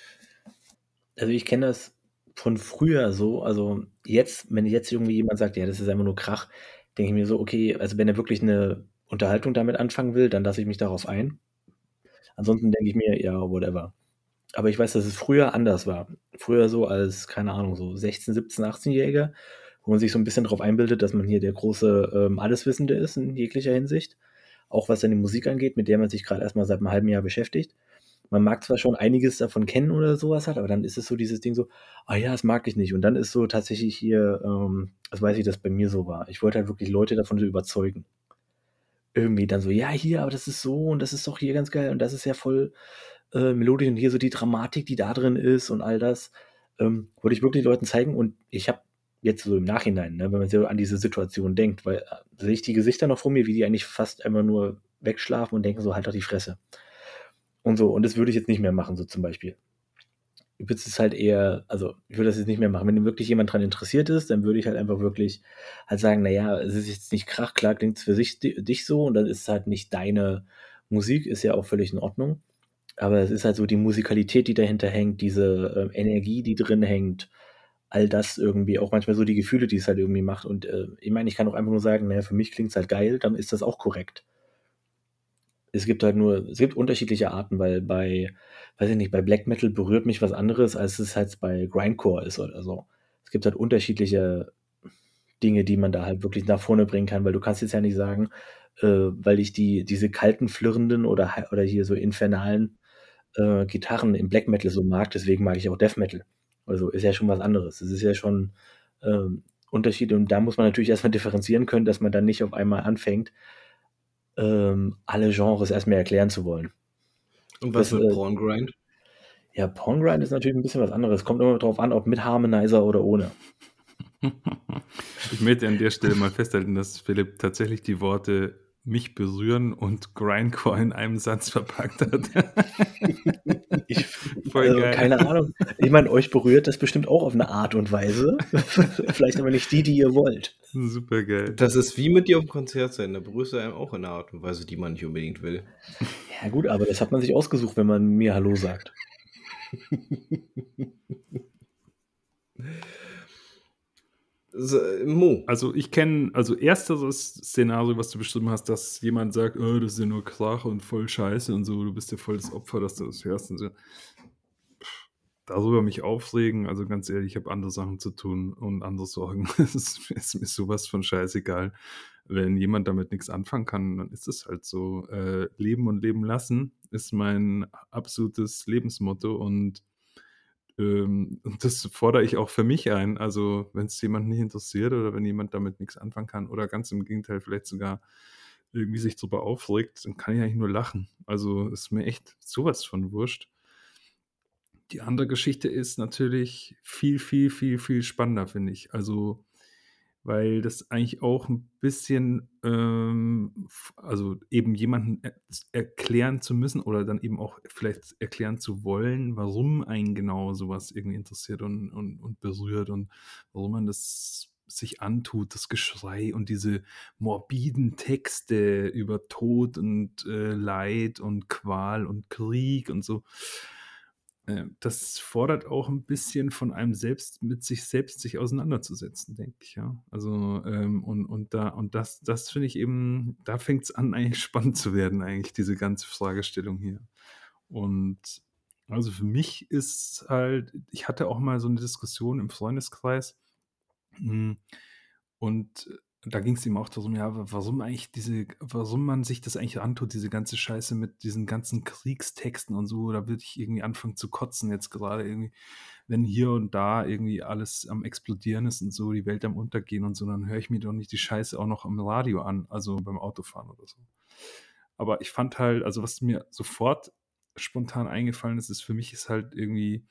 Also ich kenne das von früher so, also jetzt, wenn jetzt irgendwie jemand sagt, ja, das ist einfach nur Krach, denke ich mir so, okay, also wenn er wirklich eine Unterhaltung damit anfangen will, dann lasse ich mich darauf ein. Ansonsten denke ich mir, ja, whatever. Aber ich weiß, dass es früher anders war. Früher so als, keine Ahnung, so 16, 17, 18-Jähriger, wo man sich so ein bisschen darauf einbildet, dass man hier der große Alleswissende ist in jeglicher Hinsicht. Auch was seine Musik angeht, mit der man sich gerade erstmal seit einem halben Jahr beschäftigt. Man mag zwar schon einiges davon kennen oder sowas halt, aber dann ist es so dieses Ding so, ah ja, das mag ich nicht. Und dann ist so tatsächlich hier, das weiß ich, dass bei mir so war. Ich wollte halt wirklich Leute davon so überzeugen. Irgendwie dann so, ja, hier, aber das ist so und das ist doch hier ganz geil und das ist ja voll melodisch und hier so die Dramatik, die da drin ist und all das, wollte ich wirklich Leuten zeigen und ich habe jetzt so im Nachhinein, ne, wenn man so an diese Situation denkt, weil sehe ich die Gesichter noch vor mir, wie die eigentlich fast einfach nur wegschlafen und denken so, halt doch die Fresse. Und so, und das würde ich jetzt nicht mehr machen, so zum Beispiel. Ich würde es halt eher, also ich würde das jetzt nicht mehr machen. Wenn wirklich jemand dran interessiert ist, dann würde ich halt einfach wirklich halt sagen, naja, es ist jetzt nicht Krach, klar klingt es für dich so und dann ist es halt nicht deine Musik, ist ja auch völlig in Ordnung. Aber es ist halt so die Musikalität, die dahinter hängt, diese Energie, die drin hängt, all das irgendwie, auch manchmal so die Gefühle, die es halt irgendwie macht. Und ich meine, ich kann auch einfach nur sagen, naja, für mich klingt es halt geil, dann ist das auch korrekt. Es gibt halt nur, es gibt unterschiedliche Arten, weil weiß ich nicht, bei Black Metal berührt mich was anderes, als es halt bei Grindcore ist oder so. Es gibt halt unterschiedliche Dinge, die man da halt wirklich nach vorne bringen kann, weil du kannst jetzt ja nicht sagen, weil ich diese kalten, flirrenden oder hier so infernalen Gitarren im Black Metal so mag, deswegen mag ich auch Death Metal. Also ist ja schon was anderes. Es ist ja schon Unterschied und da muss man natürlich erstmal differenzieren können, dass man dann nicht auf einmal anfängt, alle Genres erstmal erklären zu wollen. Und was mit Porngrind? Ja, Porngrind ist natürlich ein bisschen was anderes. Kommt immer drauf an, ob mit Harmonizer oder ohne. Ich möchte an der Stelle mal festhalten, dass Philipp tatsächlich die Worte mich berühren und Grindcore in einem Satz verpackt hat. Voll geil. Keine Ahnung. Ich meine, euch berührt das bestimmt auch auf eine Art und Weise. Vielleicht aber nicht die ihr wollt. Super geil. Das ist wie mit dir auf dem Konzert sein. Da berührst du einem auch in einer Art und Weise, die man nicht unbedingt will. Ja gut, aber das hat man sich ausgesucht, wenn man mir Hallo sagt. Mo. Also ich kenne, also ersteres Szenario, was du beschrieben hast, dass jemand sagt, oh, das ist ja nur Krach und voll Scheiße und so, du bist ja voll das Opfer, dass du das hörst und so. Darüber mich aufregen, also ganz ehrlich, ich habe andere Sachen zu tun und andere Sorgen. Es ist mir sowas von scheißegal. Wenn jemand damit nichts anfangen kann, dann ist es halt so. Leben und leben lassen ist mein absolutes Lebensmotto und das fordere ich auch für mich ein. Also wenn es jemand nicht interessiert oder wenn jemand damit nichts anfangen kann oder ganz im Gegenteil vielleicht sogar irgendwie sich darüber aufregt, dann kann ich eigentlich nur lachen. Also ist mir echt sowas von wurscht. Die andere Geschichte ist natürlich viel, viel, viel, viel spannender, finde ich. Also, weil das eigentlich auch ein bisschen, also eben jemanden erklären zu müssen oder dann eben auch vielleicht erklären zu wollen, warum einen genau sowas irgendwie interessiert und berührt und warum man das sich antut, das Geschrei und diese morbiden Texte über Tod und Leid und Qual und Krieg und so. das fordert auch ein bisschen von einem selbst mit sich selbst sich auseinanderzusetzen, denke ich, ja. Also, das finde ich eben da fängt es an, eigentlich spannend zu werden eigentlich, diese ganze Fragestellung hier. Und also, für mich ist halt ich hatte auch mal so eine Diskussion im Freundeskreis, hm, und da ging es eben auch darum, ja, warum man sich das eigentlich antut, diese ganze Scheiße mit diesen ganzen Kriegstexten und so. Da würde ich irgendwie anfangen zu kotzen jetzt gerade irgendwie, wenn hier und da irgendwie alles am Explodieren ist und so, die Welt am Untergehen und so, dann höre ich mir doch nicht die Scheiße auch noch am Radio an, also beim Autofahren oder so. Aber ich fand halt also, was mir sofort spontan eingefallen ist, für mich ist halt irgendwie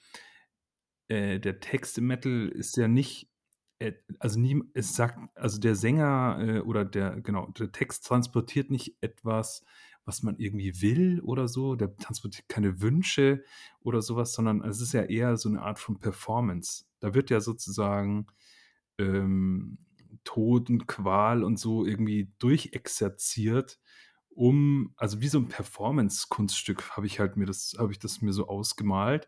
der Text im Metal ist ja nicht also es sagt also der Sänger, oder der Text transportiert nicht etwas, was man irgendwie will oder so. Der transportiert keine Wünsche oder sowas, sondern es ist ja eher so eine Art von Performance. Da wird ja sozusagen, ähm, Tod und Qual und so irgendwie durchexerziert, also wie so ein Performance-Kunststück habe ich das mir so ausgemalt,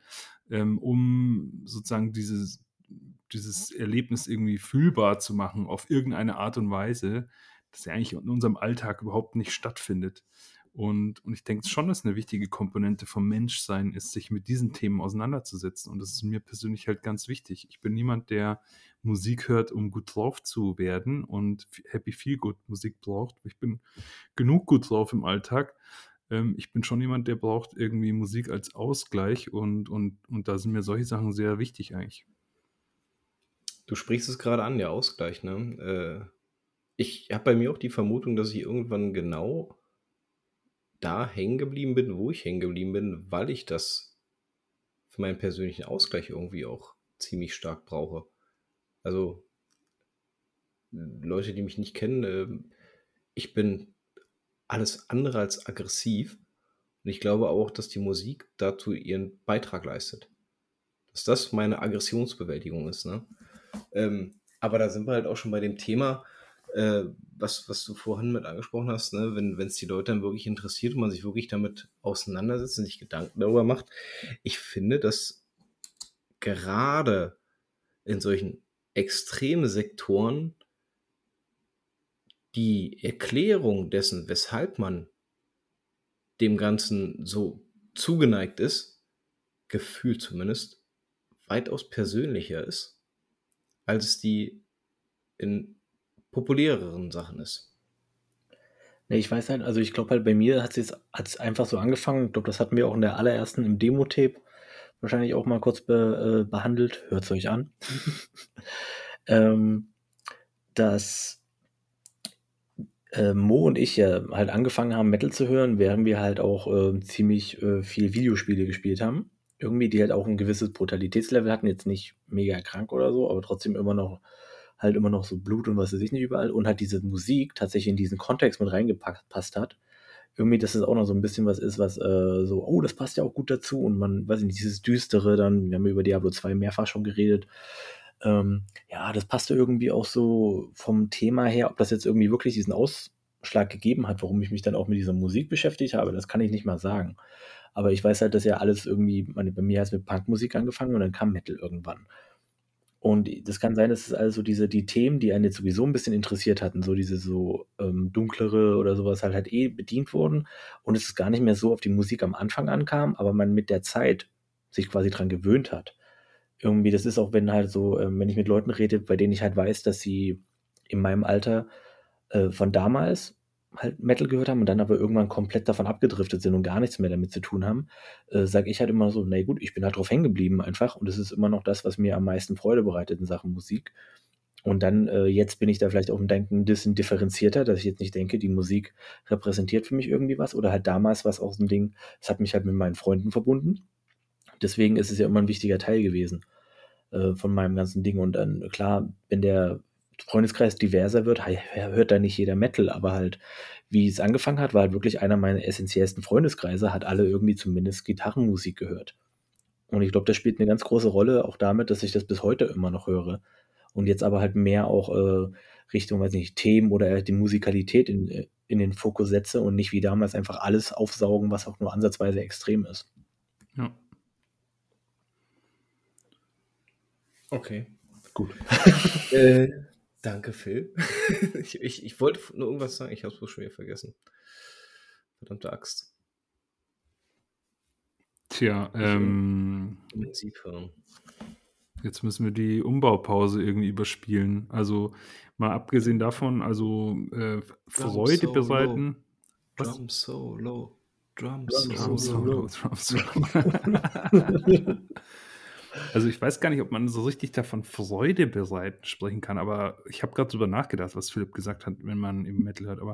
um sozusagen dieses Erlebnis irgendwie fühlbar zu machen auf irgendeine Art und Weise, das ja eigentlich in unserem Alltag überhaupt nicht stattfindet. Und ich denke schon, dass eine wichtige Komponente vom Menschsein ist, sich mit diesen Themen auseinanderzusetzen. Und das ist mir persönlich halt ganz wichtig. Ich bin niemand, der Musik hört, um gut drauf zu werden und Happy Feel Good Musik braucht. Ich bin genug gut drauf im Alltag. Ich bin schon jemand, der braucht irgendwie Musik als Ausgleich und da sind mir solche Sachen sehr wichtig eigentlich. Du sprichst es gerade an, der Ausgleich, ne? Ich habe bei mir auch die Vermutung, dass ich irgendwann genau da hängen geblieben bin, wo ich hängen geblieben bin, weil ich das für meinen persönlichen Ausgleich irgendwie auch ziemlich stark brauche. Also Leute, die mich nicht kennen, ich bin alles andere als aggressiv und ich glaube auch, dass die Musik dazu ihren Beitrag leistet. Dass das meine Aggressionsbewältigung ist, ne? Aber da sind wir halt auch schon bei dem Thema, was du vorhin mit angesprochen hast, ne? Wenn es die Leute dann wirklich interessiert und man sich wirklich damit auseinandersetzt und sich Gedanken darüber macht. Ich finde, dass gerade in solchen extremen Sektoren die Erklärung dessen, weshalb man dem Ganzen so zugeneigt ist, gefühlt zumindest, weitaus persönlicher ist, als es die in populäreren Sachen ist. Ne, ich weiß halt also, ich glaube halt, bei mir hat's einfach so angefangen. Ich glaube, das hatten wir auch in der allerersten im Demo-Tape wahrscheinlich auch mal kurz behandelt. Hört's euch an. Ähm, dass, Mo und ich ja halt angefangen haben, Metal zu hören, während wir halt auch, ziemlich, viel Videospiele gespielt haben. Irgendwie, die halt auch 'n gewisses Brutalitätslevel hatten, jetzt nicht mega krank oder so, aber trotzdem immer noch so Blut und was weiß ich nicht überall und halt diese Musik tatsächlich in diesen Kontext mit passt hat. Irgendwie, dass es auch noch so 'n bisschen was ist, was, so: „Oh, das passt ja auch gut dazu“ und man weiß ich nicht, dieses Düstere dann wir haben ja über Diablo 2 mehrfach schon geredet. Ja, das passte irgendwie auch so vom Thema her. Ob das jetzt irgendwie wirklich diesen Ausschlag gegeben hat, warum ich mich dann auch mit dieser Musik beschäftigt habe, das kann ich nicht mal sagen. Aber ich weiß halt, dass ja alles irgendwie bei mir hat's mit Punkmusik angefangen und dann kam Metal irgendwann. Und das kann sein, dass es also die Themen, die einen jetzt sowieso 'n bisschen interessiert hatten, so diese dunklere oder so was halt bedient wurden und es gar nicht mehr so auf die Musik am Anfang ankam, aber man mit der Zeit sich quasi dran gewöhnt hat. Irgendwie das ist auch, wenn halt so wenn ich mit Leuten rede, bei denen ich halt weiß, dass sie in meinem Alter, von damals halt Metal gehört haben und dann aber irgendwann komplett davon abgedriftet sind und gar nichts mehr damit zu tun haben, sage ich halt immer so: „Na ja gut, ich bin halt drauf hängen geblieben einfach und es ist immer noch das, was mir am meisten Freude bereitet in Sachen Musik.“ Und dann jetzt bin ich da vielleicht auch im Denken 'n bisschen differenzierter, dass ich jetzt nicht denke, die Musik repräsentiert für mich irgendwie was oder halt damals war's auch so 'n Ding, es hat mich halt mit meinen Freunden verbunden. Deswegen ist es ja immer 'n wichtiger Teil gewesen von meinem ganzen Ding. Und dann klar, wenn der Freundeskreis diverser wird, hört da nicht jeder Metal, aber halt, wie es angefangen hat, war halt wirklich einer meiner essenziellsten Freundeskreise, hat alle irgendwie zumindest Gitarrenmusik gehört. Und ich glaube, das spielt eine ganz große Rolle, auch damit, dass ich das bis heute immer noch höre. Und jetzt aber halt mehr auch, Richtung, weiß nicht, Themen oder die Musikalität in den Fokus setze und nicht wie damals einfach alles aufsaugen, was auch nur ansatzweise extrem ist. Ja. Okay. Gut. Danke, Phil. Ich wollte nur irgendwas sagen, ich habe es bloß schon wieder vergessen. Verdammte Axt. Tja, Musik hören. jetzt müssen wir die Umbaupause irgendwie überspielen. Also mal abgesehen davon, also Freude Solo. bereiten. Was? Drum Solo. Drum Drum Solo. Solo. Drum Solo. Also ich weiß gar nicht, ob man so richtig davon Freude bereiten sprechen kann, aber ich habe gerade drüber nachgedacht, was Philipp gesagt hat, wenn man eben Metal hört,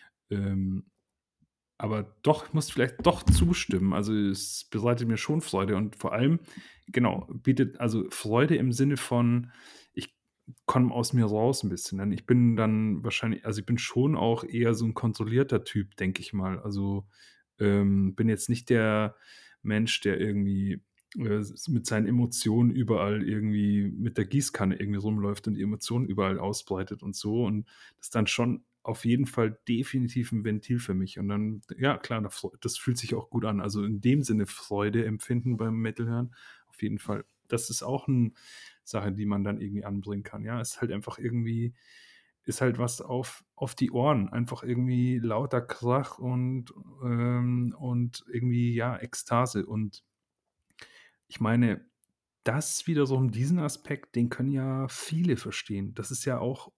aber doch, ich muss vielleicht doch zustimmen. Also es bereitet mir schon Freude und vor allem, genau, bietet also Freude im Sinne von, ich komme aus mir raus ein bisschen. Denn ich bin dann wahrscheinlich, also ich bin schon auch eher so ein kontrollierter Typ, denke ich mal. Also bin jetzt nicht der Mensch, der irgendwie mit seinen Emotionen überall irgendwie mit der Gießkanne irgendwie rumläuft und die Emotionen überall ausbreitet und so. Und das ist dann schon auf jeden Fall definitiv ein Ventil für mich. Und dann, ja klar, das fühlt sich auch gut an. Also in dem Sinne Freude empfinden beim Metal hören, auf jeden Fall. Das ist auch eine Sache, die man dann irgendwie anbringen kann. Ja, ist halt einfach irgendwie, ist halt was auf die Ohren. Einfach irgendwie lauter Krach und irgendwie, ja, Ekstase. Und ich meine, das wiederum, diesen Aspekt, den können ja viele verstehen. Das ist ja auch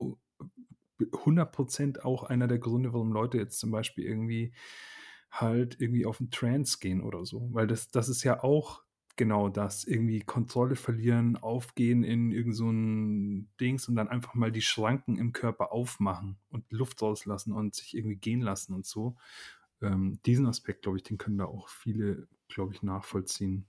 100% auch einer der Gründe, warum Leute jetzt zum Beispiel irgendwie halt irgendwie auf 'n Trance gehen oder so. Weil das ist ja auch genau das, irgendwie Kontrolle verlieren, aufgehen in irgend so 'n Dings und dann einfach mal die Schranken im Körper aufmachen und Luft rauslassen und sich irgendwie gehen lassen und so. Diesen Aspekt, glaube ich, den können da auch viele, glaube ich, nachvollziehen.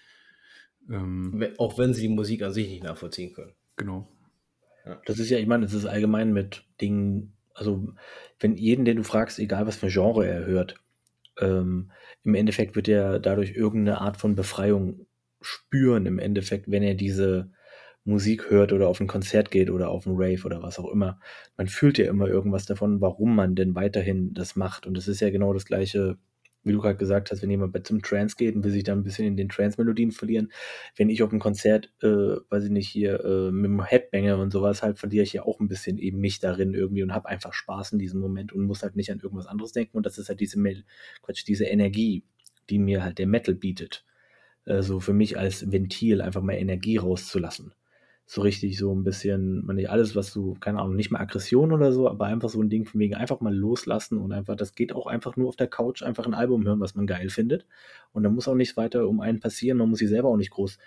Auch wenn sie die Musik an sich nicht nachvollziehen können. Genau. Das ist ja, ich meine, das ist allgemein mit Dingen, also wenn jeden, den du fragst, egal was für Genre er hört, im Endeffekt wird er dadurch irgendeine Art von Befreiung spüren, im Endeffekt, wenn er diese Musik hört oder auf ein Konzert geht oder auf 'n Rave oder was auch immer. Man fühlt ja immer irgendwas davon, warum man denn weiterhin das macht. Und das ist ja genau das Gleiche, wie du gerade gesagt hast, wenn jemand zum Trance geht und will sich dann ein bisschen in den Trance-Melodien verlieren. Wenn ich auf 'm Konzert, weiß ich nicht, hier, mit 'm Headbanger und sowas halt, verliere ich ja auch ein bisschen eben mich darin irgendwie und habe einfach Spaß in diesem Moment und muss halt nicht an irgendwas anderes denken. Und das ist halt diese Energie, die mir halt der Metal bietet. So für mich als Ventil einfach mal Energie rauszulassen. So richtig so ein bisschen, man nicht alles, was du, keine Ahnung, nicht mal Aggression oder so, aber einfach so ein Ding von wegen einfach mal loslassen und einfach, das geht auch einfach nur auf der Couch, einfach ein Album hören, was man geil findet. Und da muss auch nichts weiter um einen passieren, man muss sich selber auch nicht groß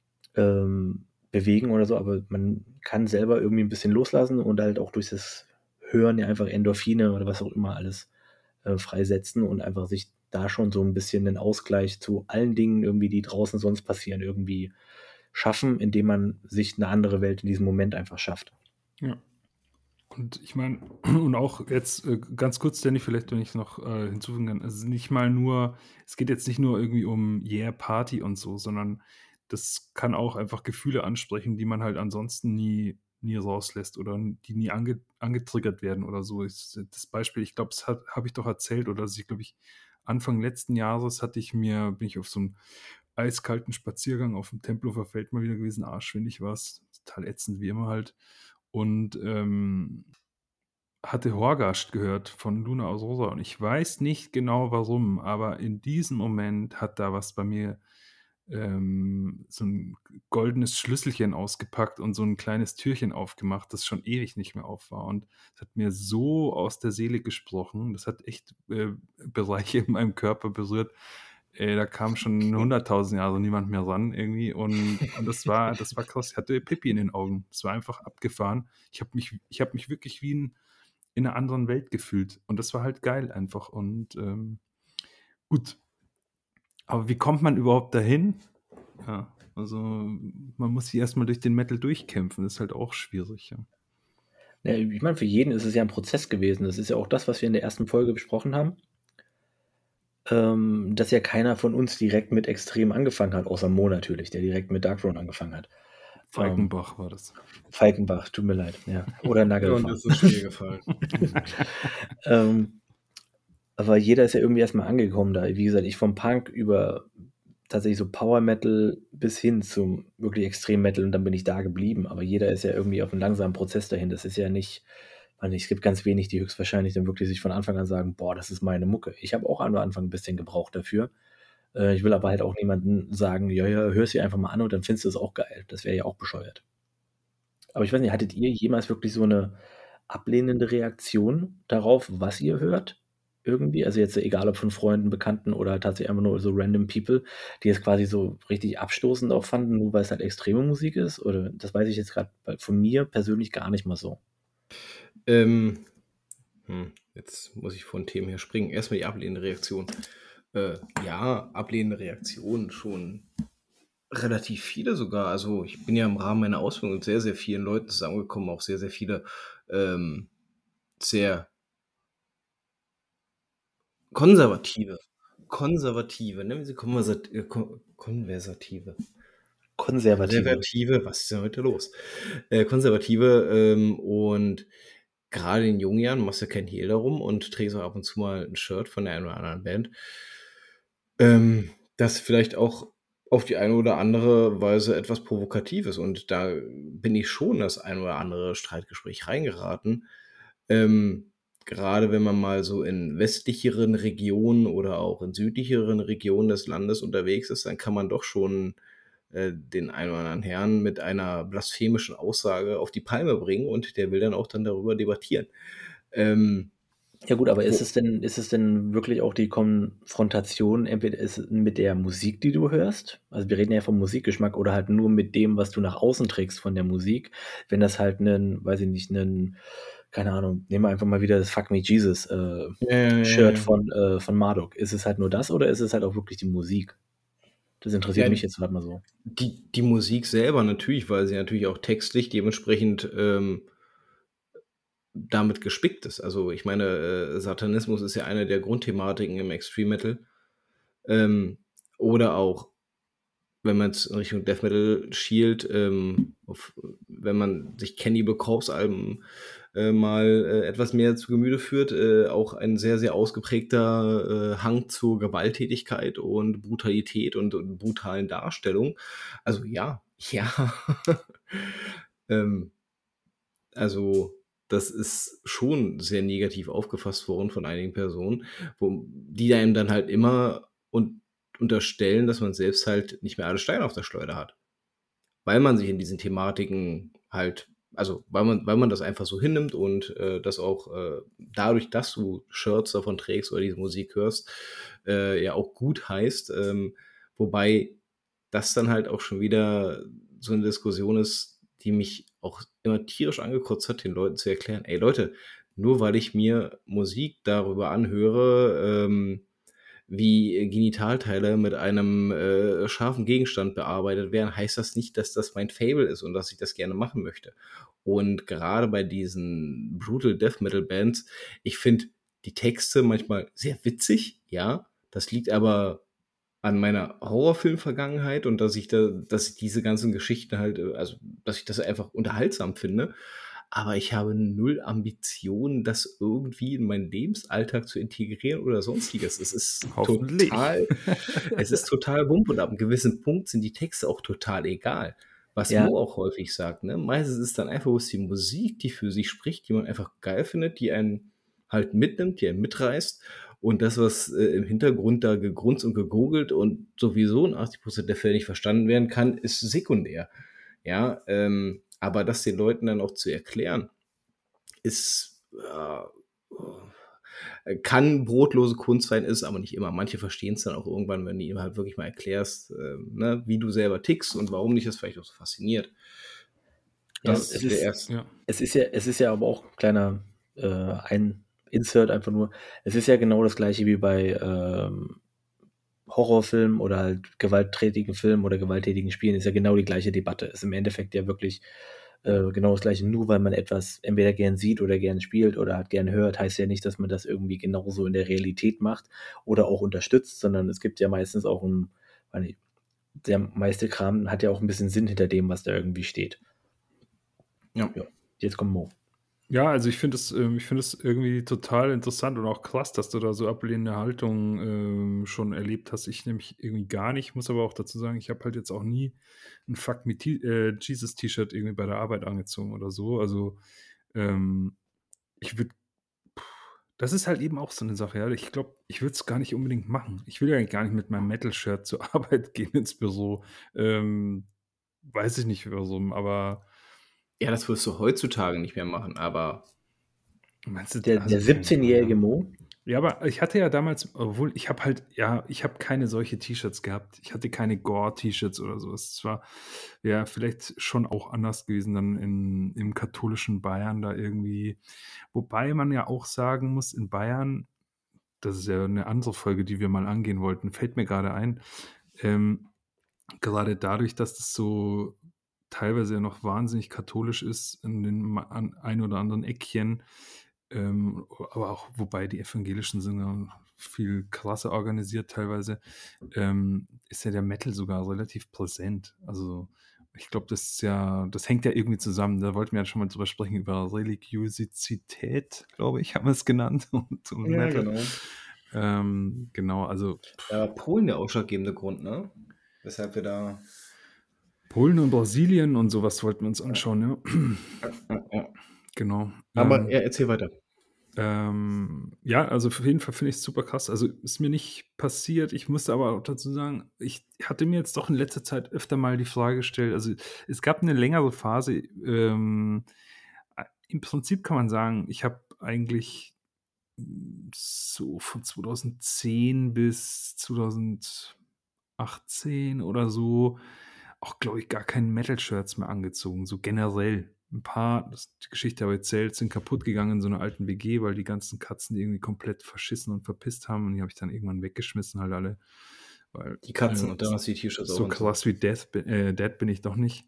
bewegen oder so, aber man kann selber irgendwie ein bisschen loslassen und halt auch durch das Hören ja einfach Endorphine oder was auch immer alles freisetzen und einfach sich da schon so ein bisschen den Ausgleich zu allen Dingen irgendwie, die draußen sonst passieren, irgendwie schaffen, indem man sich eine andere Welt in diesem Moment einfach schafft. Ja. Und ich meine, und auch jetzt ganz kurz, Danny, vielleicht, wenn ich noch hinzufügen kann, also nicht mal nur, es geht jetzt nicht nur irgendwie um Yeah, Party und so, sondern das kann auch einfach Gefühle ansprechen, die man halt ansonsten nie rauslässt oder die nie angetriggert werden oder so. Das Beispiel, ich glaube, das habe ich doch erzählt, oder dass ich, glaube ich, Anfang letzten Jahres bin ich auf so einem eiskalten Spaziergang auf dem Tempelhofer Feld mal wieder gewesen, arschwindig war es, total ätzend wie immer halt. Und hatte Horgast gehört von Luna aus Rosa und ich weiß nicht genau warum, aber in diesem Moment hat da was bei mir so ein goldenes Schlüsselchen ausgepackt und so ein kleines Türchen aufgemacht, das schon ewig nicht mehr auf war. Und es hat mir so aus der Seele gesprochen. Das hat echt Bereiche in meinem Körper berührt. Da kam schon 100.000 Jahre niemand mehr ran irgendwie. Und das war krass. Ich hatte Pipi in den Augen. Es war einfach abgefahren. Ich habe mich wirklich wie in einer anderen Welt gefühlt. Und das war halt geil einfach. Und gut. Aber wie kommt man überhaupt dahin? Ja, also man muss sich erstmal durch den Metal durchkämpfen. Das ist halt auch schwierig. Ja. Ja, ich meine, für jeden ist es ja ein Prozess gewesen. Das ist ja auch das, was wir in der ersten Folge besprochen haben. Dass ja keiner von uns direkt mit Extrem angefangen hat, außer Mo natürlich, der direkt mit Darkthrone angefangen hat. Falkenbach war das. Falkenbach, tut mir leid. Ja. Oder Ja, und Nagelfar. das ist schwer gefallen. Aber jeder ist ja irgendwie erstmal angekommen da. Wie gesagt, ich vom Punk über tatsächlich so Power Metal bis hin zum wirklich Extrem Metal und dann bin ich da geblieben. Aber jeder ist ja irgendwie auf einem langsamen Prozess dahin. Das ist ja nicht, weiß nicht, es gibt ganz wenig, die höchstwahrscheinlich dann wirklich sich von Anfang an sagen, boah, das ist meine Mucke. Ich habe auch am Anfang ein bisschen gebraucht dafür. Ich will aber halt auch niemanden sagen, ja, ja, hör es dir einfach mal an und dann findest du es auch geil. Das wäre ja auch bescheuert. Aber ich weiß nicht, hattet ihr jemals wirklich so eine ablehnende Reaktion darauf, was ihr hört? Irgendwie? Also jetzt egal ob von Freunden, Bekannten oder tatsächlich einfach nur so random people, die es quasi so richtig abstoßend auch fanden, nur weil es halt extreme Musik ist? Oder das weiß ich jetzt gerade von mir persönlich gar nicht mal so. Ähm, Jetzt muss ich von Themen her springen. Erstmal die ablehnende Reaktion. Ja, ablehnende Reaktionen schon relativ viele sogar. Also ich bin ja im Rahmen meiner Ausbildung mit sehr, sehr vielen Leuten zusammengekommen, auch sehr, sehr viele sehr konservative, nennen wir sie konversative. Konservative, was ist denn heute los? Konservative und gerade in jungen Jahren machst du ja kein Hehl darum und trägst auch ab und zu mal ein Shirt von der einen oder anderen Band, das vielleicht auch auf die eine oder andere Weise etwas provokativ ist. Und da bin ich schon in das ein oder andere Streitgespräch reingeraten. Gerade wenn man mal so in westlicheren Regionen oder auch in südlicheren Regionen des Landes unterwegs ist, dann kann man doch schon den einen oder anderen Herrn mit einer blasphemischen Aussage auf die Palme bringen und der will dann auch dann darüber debattieren. Ja gut, aber ist Wo, es denn wirklich auch die Konfrontation entweder ist es mit der Musik, die du hörst? Also wir reden ja vom Musikgeschmack oder halt nur mit dem, was du nach außen trägst von der Musik. Wenn das halt ein, weiß ich nicht, ein, keine Ahnung, nehmen wir einfach mal wieder das Fuck Me Jesus Shirt von Marduk. Ist es halt nur das oder ist es halt auch wirklich die Musik? Das interessiert ja, mich jetzt gerade mal so. die Musik selber natürlich, weil sie natürlich auch textlich dementsprechend damit gespickt ist. Also ich meine, Satanismus ist ja eine der Grundthematiken im Extreme Metal. Oder auch, wenn man jetzt in Richtung Death Metal schielt, wenn man sich Cannibal Corpse Alben mal etwas mehr zu Gemüte führt, auch ein sehr, sehr ausgeprägter Hang zur Gewalttätigkeit und Brutalität und brutalen Darstellungen. Also ja, ja. Also das ist schon sehr negativ aufgefasst worden von einigen Personen, die einem dann halt immer unterstellen, dass man selbst halt nicht mehr alle Steine auf der Schleuder hat. Weil man sich in diesen Thematiken halt, also weil man das einfach so hinnimmt und das auch dadurch, dass du Shirts davon trägst oder diese Musik hörst, ja auch gut heißt. Wobei das dann halt auch schon wieder so eine Diskussion ist, die mich auch immer tierisch angekotzt hat, den Leuten zu erklären, ey Leute, nur weil ich mir Musik darüber anhöre, wie Genitalteile mit einem scharfen Gegenstand bearbeitet werden, heißt das nicht, dass das mein Fable ist und dass ich das gerne machen möchte. Und gerade bei diesen Brutal Death Metal Bands, ich finde die Texte manchmal sehr witzig, ja. Das liegt aber an meiner Horrorfilm-Vergangenheit und dass ich diese ganzen Geschichten halt, also dass ich das einfach unterhaltsam finde. Aber ich habe null Ambitionen, das irgendwie in meinen Lebensalltag zu integrieren oder sonstiges. Hoffentlich. Es ist total Wumpe und ab einem gewissen Punkt sind die Texte auch total egal. Was Ja, Mo auch häufig sagt, ne? Meistens ist dann einfach bloß die Musik, die für sich spricht, die man einfach geil findet, die einen halt mitnimmt, die einen mitreißt. Und das, was im Hintergrund da gegrunzt und gegurgelt und sowieso in 80% der Fälle nicht verstanden werden kann, ist sekundär. Ja, aber das den Leuten dann auch zu erklären, ist, kann brotlose Kunst sein, ist aber nicht immer. Manche verstehen es dann auch irgendwann, wenn du ihm halt wirklich mal erklärst, ne, wie du selber tickst und warum dich das vielleicht auch so fasziniert. ja, Das ist der erste. Ja. es ist ja aber auch ein kleiner ein Insert einfach nur. Es ist ja genau das gleiche wie bei Horrorfilmen oder halt gewalttätigen Filmen oder gewalttätigen Spielen, ist ja genau die gleiche Debatte. Ist im Endeffekt ja wirklich genau das gleiche. Nur weil man etwas entweder gern sieht oder gern spielt oder halt gern hört, heißt ja nicht, dass man das irgendwie genauso in der Realität macht oder auch unterstützt, sondern es gibt ja meistens auch ein, weiß nicht, der meiste Kram hat ja auch ein bisschen Sinn hinter dem, was da irgendwie steht. Ja. Ja, jetzt kommt Mo. Ja, also ich finde es irgendwie total interessant und auch krass, dass du da so ablehnende Haltung, schon erlebt hast. Ich nämlich irgendwie gar nicht, muss aber auch dazu sagen, ich habe halt jetzt auch nie ein „Fuck me T Jesus“ T-Shirt irgendwie bei der Arbeit angezogen oder so. Also, ähm, ich würde das ist halt eben auch so eine Sache, ja. Ich glaube, ich würde es gar nicht unbedingt machen. Ich will ja gar nicht mit meinem Metal-Shirt zur Arbeit gehen ins Büro. Ähm, weiß ich nicht warum, aber Ja, das wirst du heutzutage nicht mehr machen, aber meinst du Der also, der keine Ahnung, 17-jährige ja. Mo? Ja, aber ich hatte ja damals obwohl ich habe halt ja, ich habe keine solche T-Shirts gehabt. Ich hatte keine Gore-T-Shirts oder so. Es war ja vielleicht schon auch anders gewesen dann im katholischen Bayern da irgendwie. Wobei man ja auch sagen muss, in Bayern, das ist ja eine andere Folge, die wir mal angehen wollten, fällt mir gerade ein, ähm, gerade dadurch, dass das so teilweise ja noch wahnsinnig katholisch ist in den an ein oder anderen Eckchen, aber auch wobei die Evangelischen sind ja viel krasser organisiert teilweise, ist ja der Metal sogar relativ präsent. Also, ich glaube, das hängt ja irgendwie zusammen. Da wollten wir ja schon mal drüber sprechen, über Religiosität, glaube ich, haben wir es genannt und ja, Metal. genau. Genau, also Da war Polen der ausschlaggebende Grund, ne? Weshalb wir da Polen und Brasilien und sowas wollten wir uns anschauen, ja. ja. Genau. Aber ja, erzähl weiter. Ja, also auf jeden Fall finde ich's super krass. Also, ist mir nicht passiert. Ich musste aber auch dazu sagen, ich hatte mir jetzt doch in letzter Zeit öfter mal die Frage gestellt, also, es gab eine längere Phase, im Prinzip kann man sagen, ich habe eigentlich, so von 2010 bis 2018 oder so auch, glaube ich, gar keine Metal-Shirts mehr angezogen, so generell. Ein paar, die Geschichte habe ich erzählt, sind kaputt gegangen in so einer alten WG, weil die ganzen Katzen die irgendwie komplett verschissen und verpisst haben und die habe ich dann irgendwann weggeschmissen halt alle, weil, Die Katzen und dann hast du die T-Shirts auch so und so. krass wie Dead bin ich doch nicht.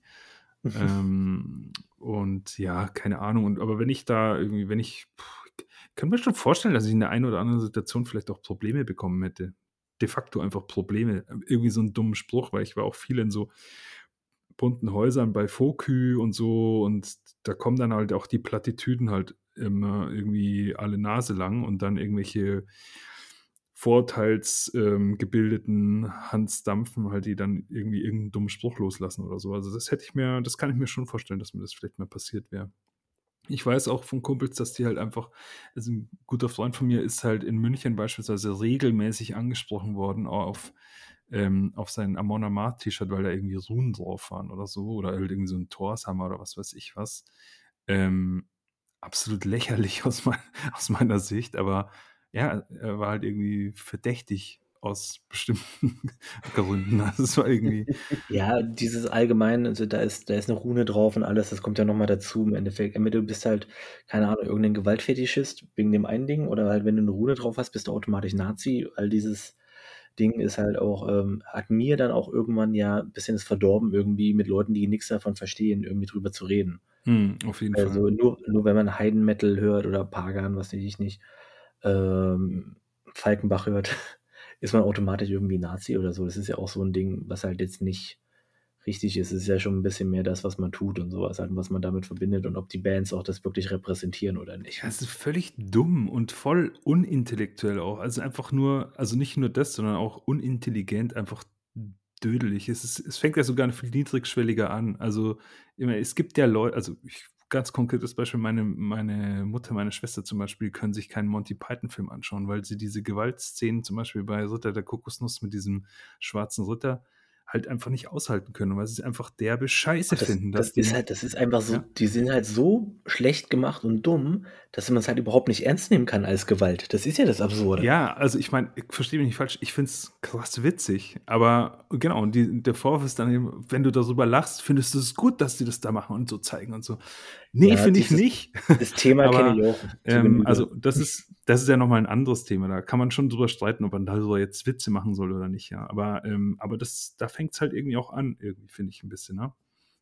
Und ja, keine Ahnung. Aber wenn ich da irgendwie, ich kann mir schon vorstellen, dass ich in der einen oder anderen Situation vielleicht auch Probleme bekommen hätte. De facto einfach Probleme. Irgendwie so einen dummen Spruch, weil ich war auch viel in so bunten Häusern bei Fokü und so und da kommen dann halt auch die Plattitüden halt immer irgendwie alle Nase lang und dann irgendwelche gebildeten Hans Dampfen halt, die dann irgendwie irgendeinen dummen Spruch loslassen oder so. Also, das kann ich mir schon vorstellen, dass mir das vielleicht mal passiert wäre. Ich weiß auch von Kumpels, dass die halt einfach, also 'n guter Freund von mir ist halt in München beispielsweise regelmäßig angesprochen worden auf sein Amon Amarth T-Shirt, weil da irgendwie Runen drauf waren oder so oder halt irgendwie so 'n Thorshammer oder was weiß ich was. Ähm, absolut lächerlich aus meiner Sicht, aber ja, er war halt irgendwie verdächtig aus bestimmten Gründen. Also, es war irgendwie Ja, dieses allgemein, also da ist 'ne Rune drauf und alles, das kommt ja noch mal dazu im Endeffekt. Entweder du bist halt, keine Ahnung, irgend 'nen Gewaltfetischist wegen dem einen Ding oder halt, wenn du 'ne Rune drauf hast, bist du automatisch Nazi. All dieses Ding ist halt auch hat mir dann auch irgendwann ja bisschen es verdorben, irgendwie mit Leuten, die nix davon verstehen, irgendwie drüber zu reden. auf jeden Fall. Also, nur wenn man Heidenmetal hört oder Pagan, was weiß ich nicht, ähm, Falkenbach hört, ist man automatisch irgendwie Nazi oder so. Das ist ja auch so 'n Ding, was halt jetzt nicht richtig ist. Es ist ja schon 'n bisschen mehr das, was man tut und so was halt, was man damit verbindet und ob die Bands auch das wirklich repräsentieren oder nicht. Ja, es ist völlig dumm und voll unintellektuell auch. Also, einfach nur, also nicht nur das, sondern auch unintelligent, einfach dödelig. Es fängt ja sogar viel niedrigschwelliger an. Also, immer es gibt ja Leute, also, ganz konkretes Beispiel, meine Mutter, meine Schwester zum Beispiel können sich keinen Monty-Python-Film anschauen, weil sie diese Gewaltszenen zum Beispiel bei Ritter der Kokosnuss mit diesem schwarzen Ritter halt einfach nicht aushalten können, weil sie's einfach derbe Scheiße Und das finden, das dass ist den halt das ist einfach so, ja? die sind halt so schlecht gemacht und dumm, dass man's halt überhaupt nicht ernst nehmen kann als Gewalt. Das ist ja das Absurde. Ja, also ich meine, verstehe mich nicht falsch, ich finde es krass witzig, aber genau, und der Vorwurf ist dann eben, wenn du darüber lachst, findest du es gut, dass die das da machen und so zeigen und so. Ne, Ja, finde ich dieses nicht. das Thema kenne Aber, ich auch zu Genüge. also das ist ja noch mal 'n anderes Thema. Da kann man schon drüber streiten, ob man darüber jetzt Witze machen soll oder nicht, ja. Aber da fängt's halt irgendwie auch an, irgendwie, finde ich 'n bisschen, ne?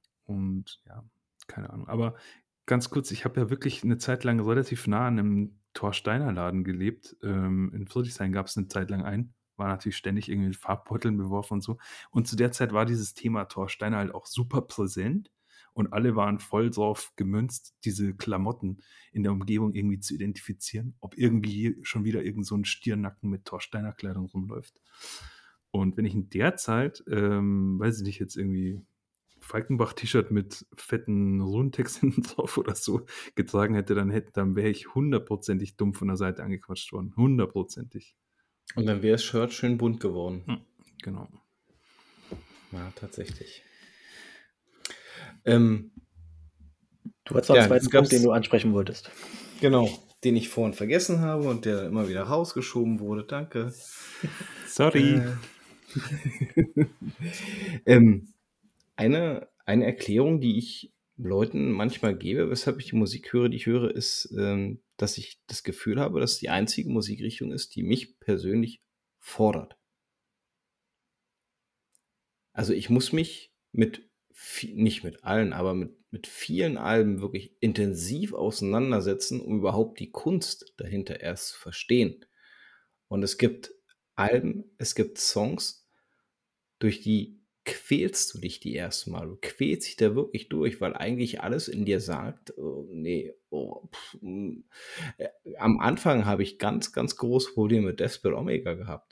Und ja, keine Ahnung. Aber ganz kurz, ich habe ja wirklich eine Zeit lang relativ nah an 'nem Thorsteiner-Laden gelebt. In Friedrichshain gab's eine Zeit lang einen, war natürlich ständig irgendwie mit Farbbeuteln beworfen und so. Und zu der Zeit war dieses Thema Thorsteiner halt auch super präsent. und alle waren voll drauf gemünzt, diese Klamotten in der Umgebung irgendwie zu identifizieren, ob irgendwie schon wieder irgend so 'n Stirnacken mit Torsteiner Kleidung rumläuft. Und wenn ich in der Zeit, weiß ich nicht, jetzt irgendwie Falkenbach-T-Shirt mit fetten Runentext hinten drauf oder so getragen hätte, dann wäre ich hundertprozentig dumm von der Seite angequatscht worden. Hundertprozentig. Und dann wäre das Shirt schön bunt geworden. Genau. Ja, tatsächlich. Du hattest noch Ja, einen jetzt zweiten Punkt, den gab's du ansprechen wolltest. genau, den ich vorhin vergessen habe und der immer wieder rausgeschoben wurde. Danke. Sorry. Eine Erklärung, die ich Leuten manchmal gebe, weshalb ich die Musik höre, die ich höre, ist, dass ich das Gefühl habe, dass die einzige Musikrichtung ist, die mich persönlich fordert. Also, ich muss mich nicht mit allen, aber mit vielen Alben wirklich intensiv auseinandersetzen, um überhaupt die Kunst dahinter erst zu verstehen. Und es gibt Alben, es gibt Songs, durch die quälst du dich die ersten Mal. Du quälst dich da wirklich durch, weil eigentlich alles in dir sagt: „Oh, ne, am Anfang habe ich ganz, ganz große Probleme mit Deathspell Omega gehabt.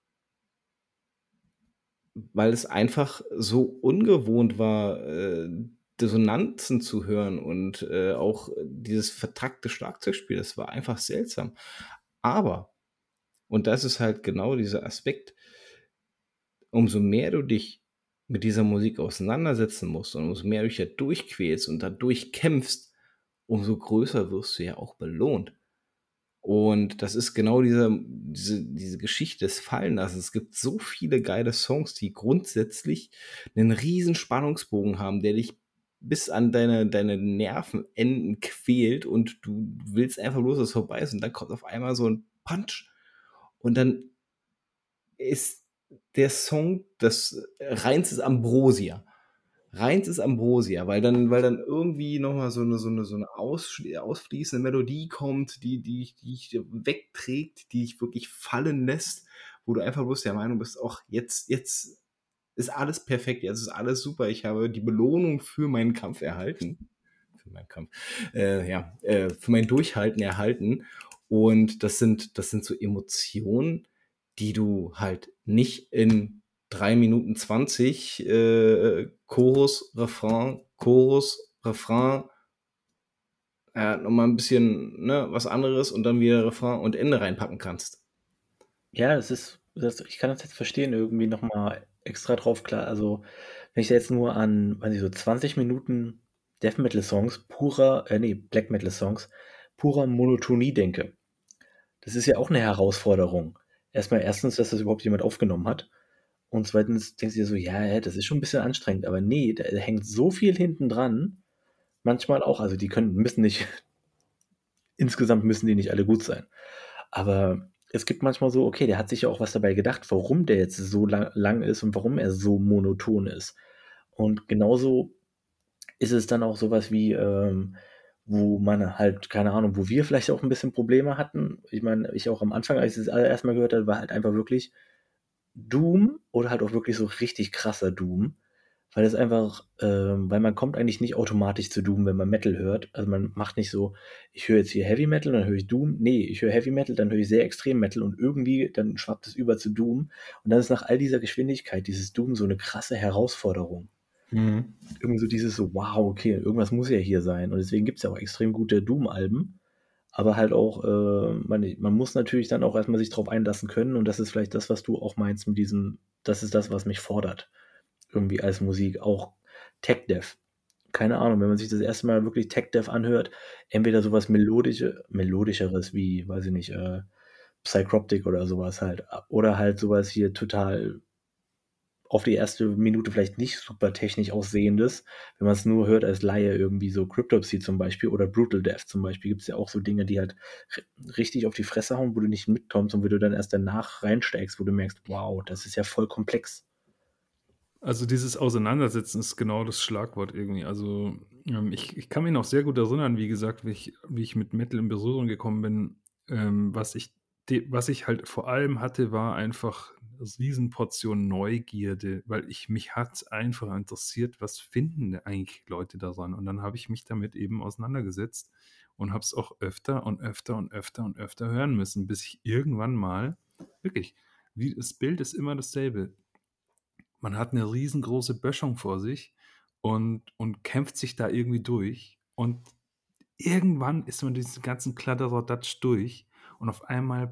Weil es einfach so ungewohnt war, Dissonanzen zu hören und, auch dieses vertrackte Schlagzeugspiel, das war einfach seltsam. Aber, und das ist halt genau dieser Aspekt, umso mehr du dich mit dieser Musik auseinandersetzen musst und umso mehr du dich da durchquälst und da durchkämpfst, umso größer wirst du ja auch belohnt. Und das ist genau diese Geschichte des Fallenlassens. Es gibt so viele geile Songs, die grundsätzlich einen riesen Spannungsbogen haben, der dich bis an deine Nervenenden quält und du willst einfach bloß, dass es vorbei ist und dann kommt auf einmal so ein Punch und dann ist der Song das reinstes Ambrosia. Reinstes Ambrosia, weil dann irgendwie noch mal so eine ausfließende Melodie kommt, die dich wegträgt, die dich wirklich fallen lässt, wo du einfach bloß der Meinung bist: „Ach, jetzt ist alles perfekt, jetzt ist alles super. Ich habe die Belohnung für meinen Kampf erhalten.“ Für meinen Kampf. Für mein Durchhalten erhalten. Und das sind so Emotionen, die du halt nicht in 3 Minuten 20 Chorus, Refrain, noch mal 'n bisschen, ne, was anderes und dann wieder Refrain und Ende reinpacken kannst. Ja, ich kann das jetzt verstehen, irgendwie noch mal extra drauf klar, also, wenn ich da jetzt nur an, weiß nicht, so 20 Minuten Death Metal Songs Black Metal Songs purer Monotonie denke. Das ist ja auch 'ne Herausforderung. Erstens, dass das überhaupt jemand aufgenommen hat, und zweitens denkst du dir so: „Ja, das ist schon 'n bisschen anstrengend“, aber ne, da hängt so viel hinten dran, manchmal auch, also, müssen nicht insgesamt müssen die nicht alle gut sein. Aber es gibt manchmal so, okay, der hat sich ja auch was dabei gedacht, warum der jetzt so lang ist und warum er so monoton ist. Und genauso ist es dann auch so was wie, wo man halt, keine Ahnung, wo wir vielleicht auch 'n bisschen Probleme hatten. Ich meine, ich auch am Anfang, als ich das allererste Mal gehört habe, war halt einfach wirklich Doom oder halt auch wirklich so richtig krasser Doom, weil es einfach weil man kommt eigentlich nicht automatisch zu Doom, wenn man Metal hört. Also, man macht nicht so: „Ich höre jetzt hier Heavy Metal, dann höre ich Doom.“ Ne, ich höre Heavy Metal, dann höre ich sehr extrem Metal und irgendwie dann schwappt es über zu Doom. Und dann ist nach all dieser Geschwindigkeit dieses Doom so 'ne krasse Herausforderung. Irgendwie so dieses so: „Wow, okay, irgendwas muss ja hier sein.“ Und deswegen gibt's ja auch extrem gute Doom-Alben, aber halt auch, man muss natürlich dann auch erst mal sich drauf einlassen können, und das ist vielleicht das, was du auch meinst mit diesem: „Das ist das, was mich fordert“, irgendwie als Musik, auch Tech Death. Keine Ahnung, wenn man sich das erste Mal wirklich Tech Death anhört, entweder so was Melodischeres wie, weiß ich nicht, Psycroptic oder so was halt, oder halt so was hier total auf die erste Minute vielleicht nicht super technisch aussehendes, wenn man's nur hört als Laie, irgendwie so Cryptopsy zum Beispiel oder Brutal Death zum Beispiel, gibt's ja auch so Dinge, die halt richtig auf die Fresse hauen, wo du nicht mitkommst und wo du dann erst danach reinsteigst, wo du merkst: „Wow, das ist ja voll komplex.“ Also, dieses Auseinandersetzen ist genau das Schlagwort irgendwie. Also, ich kann mich noch sehr gut erinnern, wie gesagt, wie ich mit Metal in Berührung gekommen bin. Was ich halt vor allem hatte, war einfach Riesenportion Neugierde, weil mich hat einfach interessiert, was finden denn eigentlich Leute daran? Und dann habe ich mich damit eben auseinandergesetzt und habe es auch öfter und öfter und öfter und öfter hören müssen, bis ich irgendwann mal, wirklich, das Bild ist immer dasselbe. Man hat eine riesengroße Böschung vor sich und kämpft sich da irgendwie durch. Und irgendwann ist man diesen ganzen Kladderadatsch durch und auf einmal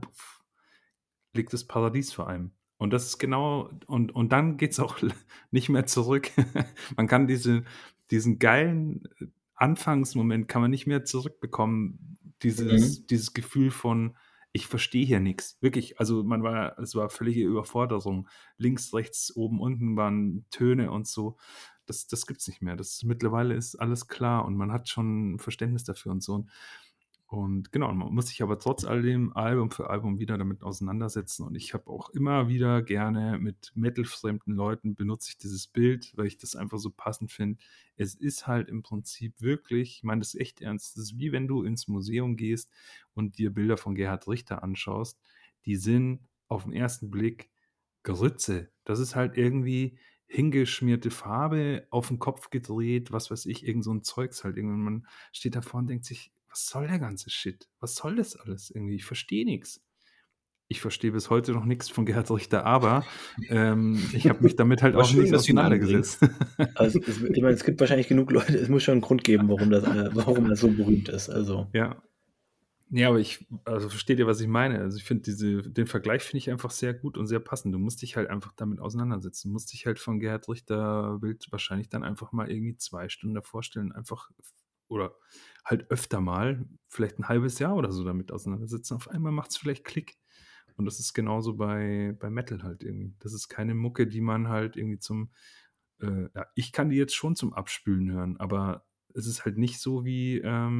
liegt das Paradies vor einem. Und das ist genau, und dann geht es auch nicht mehr zurück. Man kann diesen geilen Anfangsmoment kann man nicht mehr zurückbekommen. Dieses Gefühl von, ich verstehe hier nichts. Wirklich, also es war völlige Überforderung. Links, rechts, oben, unten waren Töne und so. Das gibt's nicht mehr. Mittlerweile ist alles klar und man hat schon Verständnis dafür und so. Und genau, man muss sich aber trotz alledem Album für Album wieder damit auseinandersetzen. Und ich habe auch immer wieder gerne mit metalfremden Leuten benutze ich dieses Bild, weil ich das einfach so passend finde. Es ist halt im Prinzip wirklich, ich meine das ist echt ernst, das ist wie wenn du ins Museum gehst und dir Bilder von Gerhard Richter anschaust. Die sind auf den ersten Blick Grütze. Das ist halt irgendwie hingeschmierte Farbe, auf den Kopf gedreht, was weiß ich, irgend so ein Zeugs halt. Irgendwann man steht davor und denkt sich, was soll der ganze Shit? Was soll das alles irgendwie? Ich verstehe nichts. Ich verstehe bis heute noch nichts von Gerhard Richter, aber ich habe mich damit halt Aber auch schön, nicht dass du ihn auseinandergesetzt. Also ich meine, es gibt wahrscheinlich genug Leute, es muss schon einen Grund geben, warum das so berühmt ist. Also. Ja. Ja, aber also versteht ihr, was ich meine? Also ich finde den Vergleich finde ich einfach sehr gut und sehr passend. Du musst dich halt einfach damit auseinandersetzen. Du musst dich halt von Gerhard Richter Bild wahrscheinlich dann einfach mal irgendwie 2 Stunden davor stellen, einfach oder halt öfter mal, vielleicht ein halbes Jahr oder so damit auseinandersetzen. Auf einmal macht es vielleicht Klick. Und das ist genauso bei Metal halt irgendwie. Das ist keine Mucke, die man halt irgendwie ja, ich kann die jetzt schon zum Abspülen hören, aber es ist halt nicht so wie,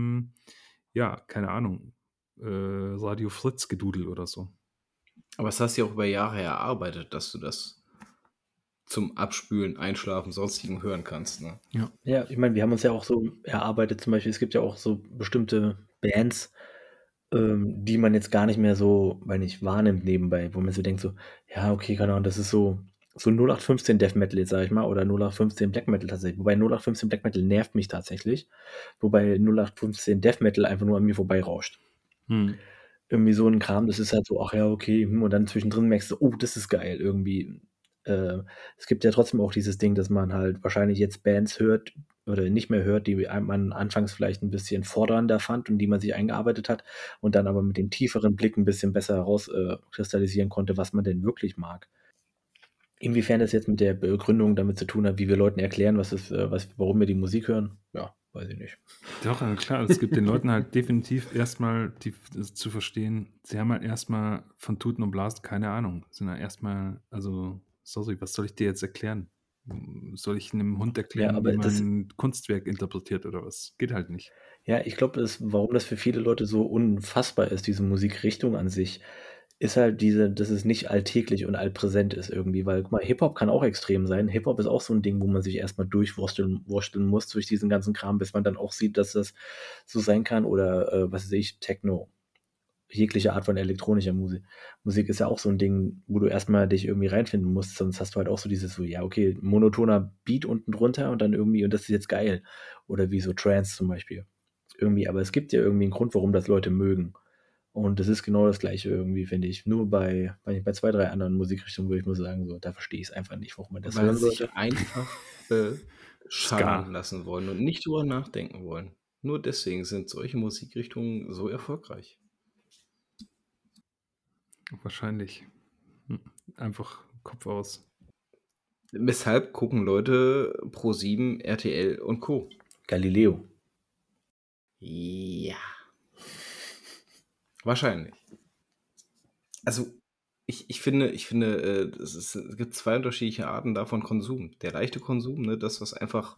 ja, keine Ahnung, Radio Fritz Gedudel oder so. Aber es hast du ja auch über Jahre erarbeitet, dass du das zum Abspülen, Einschlafen, sonstigen hören kannst. Ne? Ja, ich meine, wir haben uns ja auch so erarbeitet, zum Beispiel, es gibt ja auch so bestimmte Bands, die man jetzt gar nicht mehr so, weil nicht wahrnimmt nebenbei, wo man so denkt, so, ja, okay, keine Ahnung, das ist so 0815 Death Metal jetzt, sag ich mal, oder 0815 Black Metal tatsächlich. Wobei 0815 Black Metal nervt mich tatsächlich, wobei 0815 Death Metal einfach nur an mir vorbeirauscht. Irgendwie so ein Kram, das ist halt so, ach ja, okay, und dann zwischendrin merkst du, oh, das ist geil, irgendwie. Es gibt ja trotzdem auch dieses Ding, dass man halt wahrscheinlich jetzt Bands hört oder nicht mehr hört, die man anfangs vielleicht ein bisschen fordernder fand und die man sich eingearbeitet hat und dann aber mit dem tieferen Blick ein bisschen besser herauskristallisieren konnte, was man denn wirklich mag. Inwiefern das jetzt mit der Begründung damit zu tun hat, wie wir Leuten erklären, warum wir die Musik hören, ja, weiß ich nicht. Doch, klar, es gibt den Leuten halt definitiv erstmal zu verstehen, sie haben halt erstmal von Tuten und Blasen keine Ahnung. Sind halt erstmal, also, sorry, was soll ich dir jetzt erklären? Soll ich einem Hund Ja, erklären, aber wie das, man ein Kunstwerk interpretiert oder was? Geht halt nicht. ja, ich glaube, warum das für viele Leute so unfassbar ist, diese Musikrichtung an sich, ist halt dass es nicht alltäglich und allpräsent ist irgendwie, weil, guck mal, Hip-Hop kann auch extrem sein. Hip-Hop ist auch so ein Ding, wo man sich erstmal durchwursteln muss durch diesen ganzen Kram, bis man dann auch sieht, dass das so sein kann. Oder, was weiß ich, Techno. Jegliche Art von elektronischer Musik ist ja auch so ein Ding, wo du erstmal dich irgendwie reinfinden musst, sonst hast du halt auch so dieses so, ja, okay, monotoner Beat unten drunter und dann irgendwie, und das ist jetzt geil. Oder wie so Trance zum Beispiel. Irgendwie, aber es gibt ja irgendwie einen Grund, warum das Leute mögen. Und das ist genau das Gleiche irgendwie, finde ich. Nur bei 2, 3 anderen Musikrichtungen würde ich mal sagen, so, da verstehe ich es einfach nicht, warum man das Weil hören sie sich sollte. einfach Ska. schallen lassen wollen und nicht drüber nachdenken wollen. Nur deswegen sind solche Musikrichtungen so erfolgreich. Wahrscheinlich. Einfach Kopf aus. Weshalb gucken Leute Pro7, RTL und Co. Galileo. Ja. Wahrscheinlich. Also, ich finde, es gibt zwei unterschiedliche Arten davon Konsum. Der leichte Konsum, ne, das, was einfach,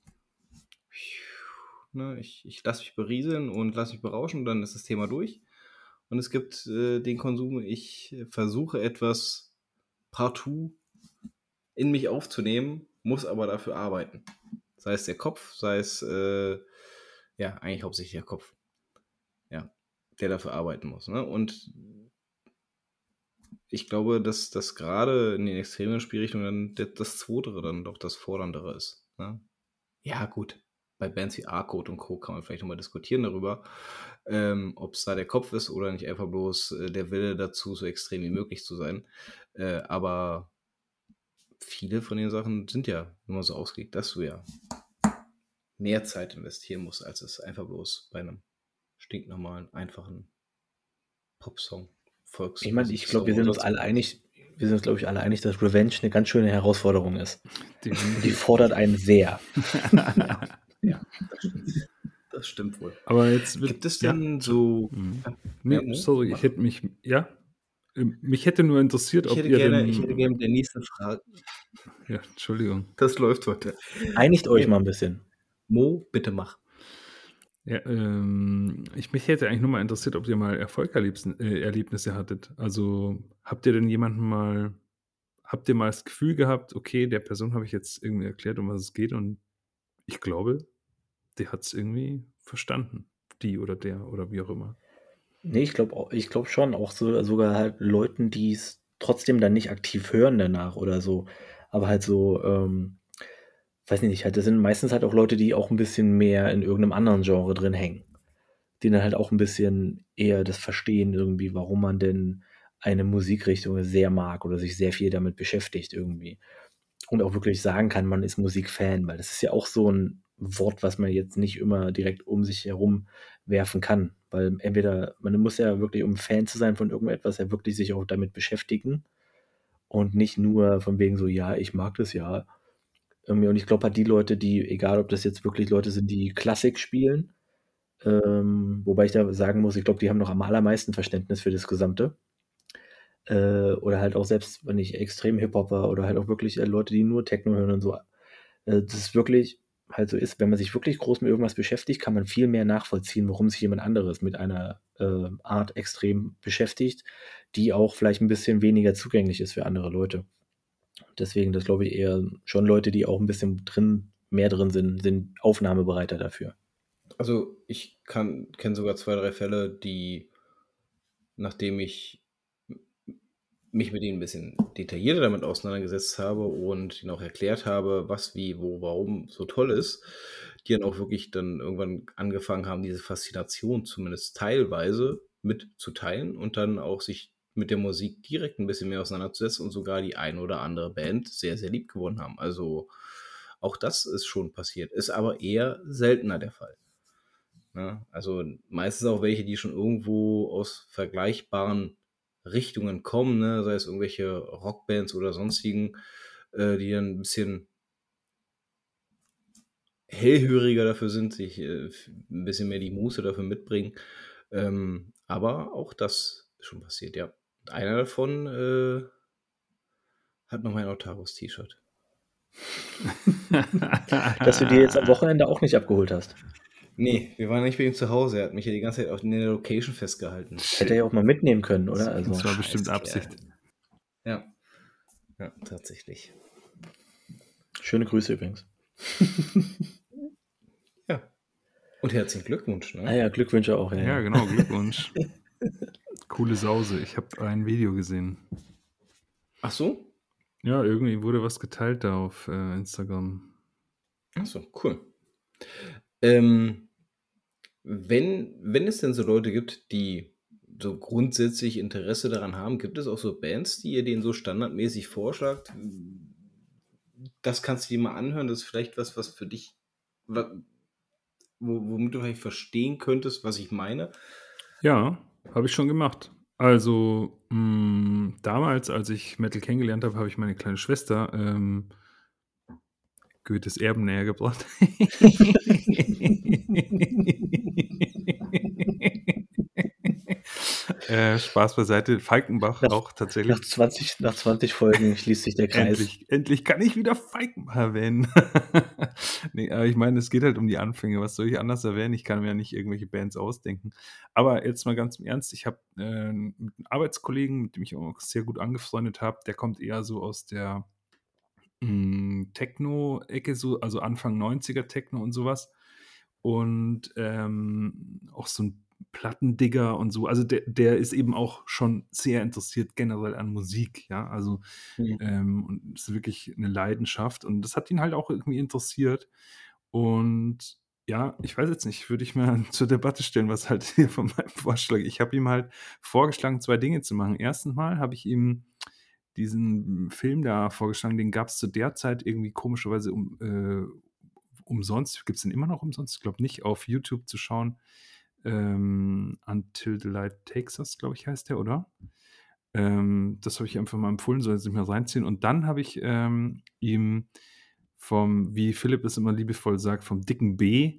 ne, ich lasse mich berieseln und lasse mich berauschen und dann ist das Thema durch. Und es gibt den Konsum, ich versuche etwas partout in mich aufzunehmen, muss aber dafür arbeiten. Sei es der Kopf, sei es, ja, eigentlich hauptsächlich der Kopf. Ja, der dafür arbeiten muss. Ne? Und ich glaube, dass das gerade in den extremen Spielrichtungen dann das Zweitere dann doch das Forderndere ist. Ne? Ja, gut. Bei Bands wie Arcode und Co. kann man vielleicht nochmal diskutieren darüber, ob es da der Kopf ist oder nicht einfach bloß der Wille dazu, so extrem wie möglich zu sein. Aber viele von den Sachen sind ja nur so ausgelegt, dass du ja mehr Zeit investieren musst, als es einfach bloß bei einem stinknormalen, einfachen Popsong, Ich meine, ich glaube, Volksmusiksong oder sonst irgendwas. wir sind uns, glaube ich, alle einig, dass Revenge eine ganz schöne Herausforderung ist. Und die Definitiv. fordert einen sehr. Ja, das stimmt. Das stimmt wohl. Aber jetzt Gibt es ja. denn so. Nee, Mo? sorry, ich hätte mich, ja, mich hätte nur interessiert, Ich ob hätte ihr gerne denn, mit der nächsten Frage. ja, Entschuldigung. Das läuft heute. Einigt euch mal ein bisschen. Mo, bitte mach. Ja, mich hätte eigentlich nur mal interessiert, ob ihr mal Erlebnisse hattet. Also habt ihr mal das Gefühl gehabt, okay, der Person habe ich jetzt irgendwie erklärt, um was es geht und ich glaube, der hat es irgendwie verstanden. Die oder der oder wie auch immer. Nee, ich glaube schon, auch sogar halt Leuten, die es trotzdem dann nicht aktiv hören danach oder so. Aber halt so, weiß nicht, halt, das sind meistens halt auch Leute, die auch ein bisschen mehr in irgendeinem anderen Genre drin hängen. Die dann halt auch ein bisschen eher das verstehen irgendwie, warum man denn eine Musikrichtung sehr mag oder sich sehr viel damit beschäftigt irgendwie. Und auch wirklich sagen kann, man ist Musikfan, weil das ist ja auch so ein Wort, was man jetzt nicht immer direkt um sich herum werfen kann. Weil entweder, man muss ja wirklich, um Fan zu sein von irgendetwas, ja wirklich sich auch damit beschäftigen und nicht nur von wegen so, ja, ich mag das ja. Und ich glaube halt die Leute, die, egal ob das jetzt wirklich Leute sind, die Klassik spielen, wobei ich da sagen muss, ich glaube, die haben noch am allermeisten Verständnis für das Gesamte. Oder halt auch selbst, wenn ich extrem Hip-Hop war oder halt auch wirklich Leute, die nur Techno hören und so. Das ist wirklich halt so ist, wenn man sich wirklich groß mit irgendwas beschäftigt, kann man viel mehr nachvollziehen, warum sich jemand anderes mit einer Art extrem beschäftigt, die auch vielleicht ein bisschen weniger zugänglich ist für andere Leute. Deswegen, das glaube ich eher schon Leute, die auch ein bisschen mehr drin sind aufnahmebereiter dafür. Also, ich kenne sogar 2, 3 Fälle, die, nachdem ich mich mit ihnen ein bisschen detaillierter damit auseinandergesetzt habe und ihnen auch erklärt habe, was, wie, wo, warum so toll ist, die dann auch wirklich dann irgendwann angefangen haben, diese Faszination zumindest teilweise mitzuteilen und dann auch sich mit der Musik direkt ein bisschen mehr auseinanderzusetzen und sogar die ein oder andere Band sehr, sehr lieb gewonnen haben. Also auch das ist schon passiert, ist aber eher seltener der Fall. Ne? Also meistens auch welche, die schon irgendwo aus vergleichbaren Richtungen kommen, ne? Sei es irgendwelche Rockbands oder sonstigen, die dann ein bisschen hellhöriger dafür sind, sich ein bisschen mehr die Muße dafür mitbringen. Aber auch das ist schon passiert, ja. Und einer davon hat noch mein Autarus-T-Shirt. Dass du dir jetzt am Wochenende auch nicht abgeholt hast. Nee, wir waren nicht bei ihm zu Hause. Er hat mich ja die ganze Zeit in der Location festgehalten. Hätte er ja auch mal mitnehmen können, oder? Also, Das war bestimmt Scheißkerl. Absicht. Ja. Ja, tatsächlich. schöne Grüße übrigens. Ja. Und herzlichen Glückwunsch, ne? Ah ja, Glückwünsche auch, Ja, genau, Glückwunsch. Coole Sause. Ich habe ein Video gesehen. Ach so? Ja, irgendwie wurde was geteilt da auf Instagram. Ach so, cool. Wenn es denn so Leute gibt, die so grundsätzlich Interesse daran haben, gibt es auch so Bands, die ihr denen so standardmäßig vorschlagt? Das kannst du dir mal anhören, das ist vielleicht was für dich, womit du vielleicht verstehen könntest, was ich meine. Ja, habe ich schon gemacht. Also, damals, als ich Metal kennengelernt habe, habe ich meine kleine Schwester Goethes Erben näher gebracht. Spaß beiseite. Falkenbach Nach, auch tatsächlich. nach 20 Folgen schließt sich der Kreis. Endlich kann ich wieder Falkenbach erwähnen. Nee, aber ich meine, es geht halt um die Anfänge. Was soll ich anders erwähnen? Ich kann mir ja nicht irgendwelche Bands ausdenken. Aber jetzt mal ganz im Ernst, ich habe einen Arbeitskollegen, mit dem ich auch sehr gut angefreundet habe, der kommt eher so aus der Techno-Ecke, so, also Anfang 90er Techno und sowas. Und auch so Plattendigger und so. Also der ist eben auch schon sehr interessiert generell an Musik, ja. Also Mhm. und ist wirklich eine Leidenschaft und das hat ihn halt auch irgendwie interessiert. Und ja, ich weiß jetzt nicht, würde ich mal zur Debatte stellen, was halt hier von meinem Vorschlag. Ich habe ihm halt vorgeschlagen, 2 Dinge zu machen. Erstens mal habe ich ihm diesen Film da vorgeschlagen, den gab es zu der Zeit irgendwie komischerweise umsonst. Gibt es den immer noch umsonst? Ich glaube nicht, auf YouTube zu schauen. „Until the Light Takes Us“, glaube ich, heißt der, oder? Das habe ich einfach mal empfohlen, soll er sich mal reinziehen. Und dann habe ich, ihm vom, wie Philipp es immer liebevoll sagt, vom dicken B,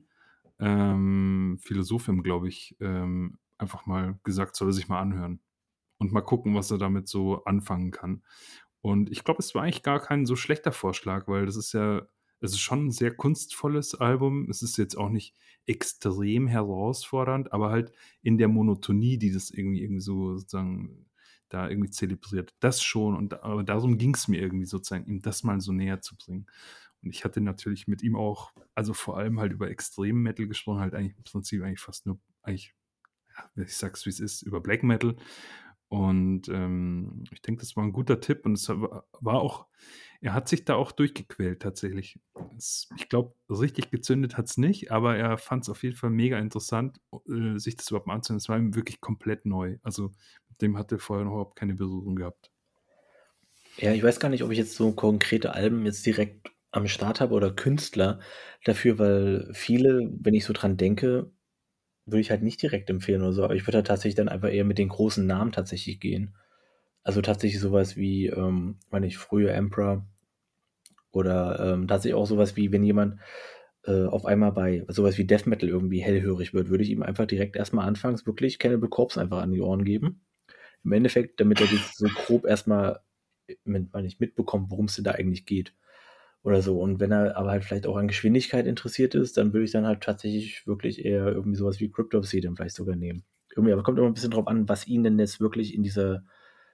Philosophem, glaube ich, einfach mal gesagt, soll er sich mal anhören und mal gucken, was er damit so anfangen kann. Und ich glaube, es war eigentlich gar kein so schlechter Vorschlag, weil das ist ja, es ist schon 'n sehr kunstvolles Album. Es ist jetzt auch nicht extrem herausfordernd, aber halt in der Monotonie, die das irgendwie so sozusagen da irgendwie zelebriert. Das schon und aber darum ging's mir irgendwie sozusagen, ihm das mal so näher zu bringen. Und ich hatte natürlich mit ihm auch, also, vor allem halt über Extrem-Metal gesprochen, halt eigentlich im Prinzip eigentlich fast nur eigentlich, ja, ich sage es, wie es ist, über Black Metal. Und, ich denke, das war ein guter Tipp und es war auch, er hat sich da auch durchgequält tatsächlich. Ich glaube, richtig gezündet hat es nicht, aber er fand es auf jeden Fall mega interessant, sich das überhaupt mal anzuhören. Es war ihm wirklich komplett neu. Also, mit dem hatte er vorher noch überhaupt keine Berührung gehabt. Ja, ich weiß gar nicht, ob ich jetzt so konkrete Alben jetzt direkt am Start habe oder Künstler dafür, weil viele, wenn ich so dran denke, würde ich halt nicht direkt empfehlen oder so, aber ich würde halt tatsächlich dann einfach eher mit den großen Namen tatsächlich gehen. Also tatsächlich sowas wie, meine ich, frühe Emperor oder tatsächlich auch sowas wie, wenn jemand auf einmal bei sowas wie Death Metal irgendwie hellhörig wird, würde ich ihm einfach direkt erstmal anfangs wirklich Cannibal Corpse einfach an die Ohren geben. Im Endeffekt, damit er das so grob erstmal nicht mitbekommt, worum es denn da eigentlich geht oder so. Und wenn er aber halt vielleicht auch an Geschwindigkeit interessiert ist, dann würde ich dann halt tatsächlich wirklich eher irgendwie sowas wie Cryptopsy dann vielleicht sogar nehmen. Irgendwie, aber kommt immer ein bisschen drauf an, was ihn denn jetzt wirklich in dieser,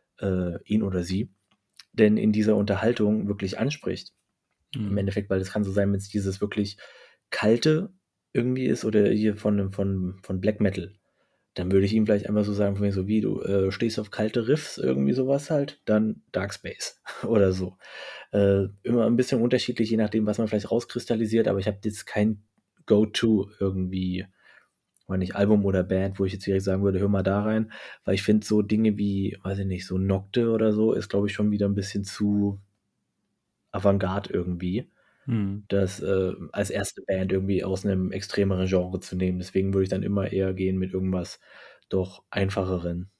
ihn oder sie, denn in dieser Unterhaltung wirklich anspricht. Im Mhm. Endeffekt, weil das kann so sein, wenn es dieses wirklich Kalte irgendwie ist oder hier von Black Metal. Dann würde ich ihm vielleicht einfach so sagen, von mir so wie du stehst auf kalte Riffs, irgendwie sowas halt, dann Dark Space oder so. Immer ein bisschen unterschiedlich, je nachdem, was man vielleicht rauskristallisiert, aber ich habe jetzt kein Go-To irgendwie, meine ich, Album oder Band, wo ich jetzt direkt sagen würde, hör mal da rein, weil ich finde so Dinge wie, weiß ich nicht, so Nocte oder so ist, glaube ich, schon wieder ein bisschen zu Avantgarde irgendwie, Mhm. das als erste Band irgendwie aus einem extremeren Genre zu nehmen. Deswegen würde ich dann immer eher gehen mit irgendwas doch Einfacheren.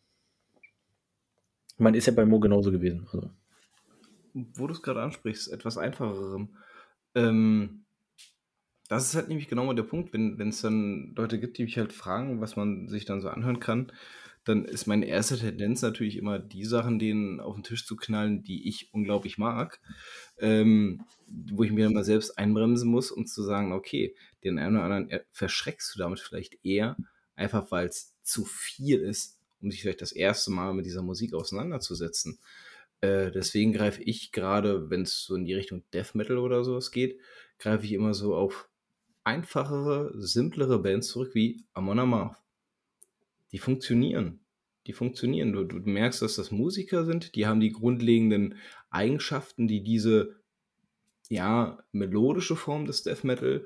Ich meine, ist ja bei Mo genauso gewesen. Also. Wo du es gerade ansprichst, etwas einfacherem. Das ist halt nämlich genau mal der Punkt, wenn es dann Leute gibt, die mich halt fragen, was man sich dann so anhören kann, dann ist meine erste Tendenz natürlich immer, die Sachen denen auf den Tisch zu knallen, die ich unglaublich mag, wo ich mir dann mal selbst einbremsen muss, um zu sagen, okay, den einen oder anderen verschreckst du damit vielleicht eher, einfach weil es zu viel ist, um sich vielleicht das erste Mal mit dieser Musik auseinanderzusetzen. Deswegen greife ich gerade, wenn es so in die Richtung Death Metal oder sowas geht, greife ich immer so auf einfachere, simplere Bands zurück wie Amon Amarth. Die funktionieren. Die funktionieren. Du merkst, dass das Musiker sind, die haben die grundlegenden Eigenschaften, die diese, ja, melodische Form des Death Metal,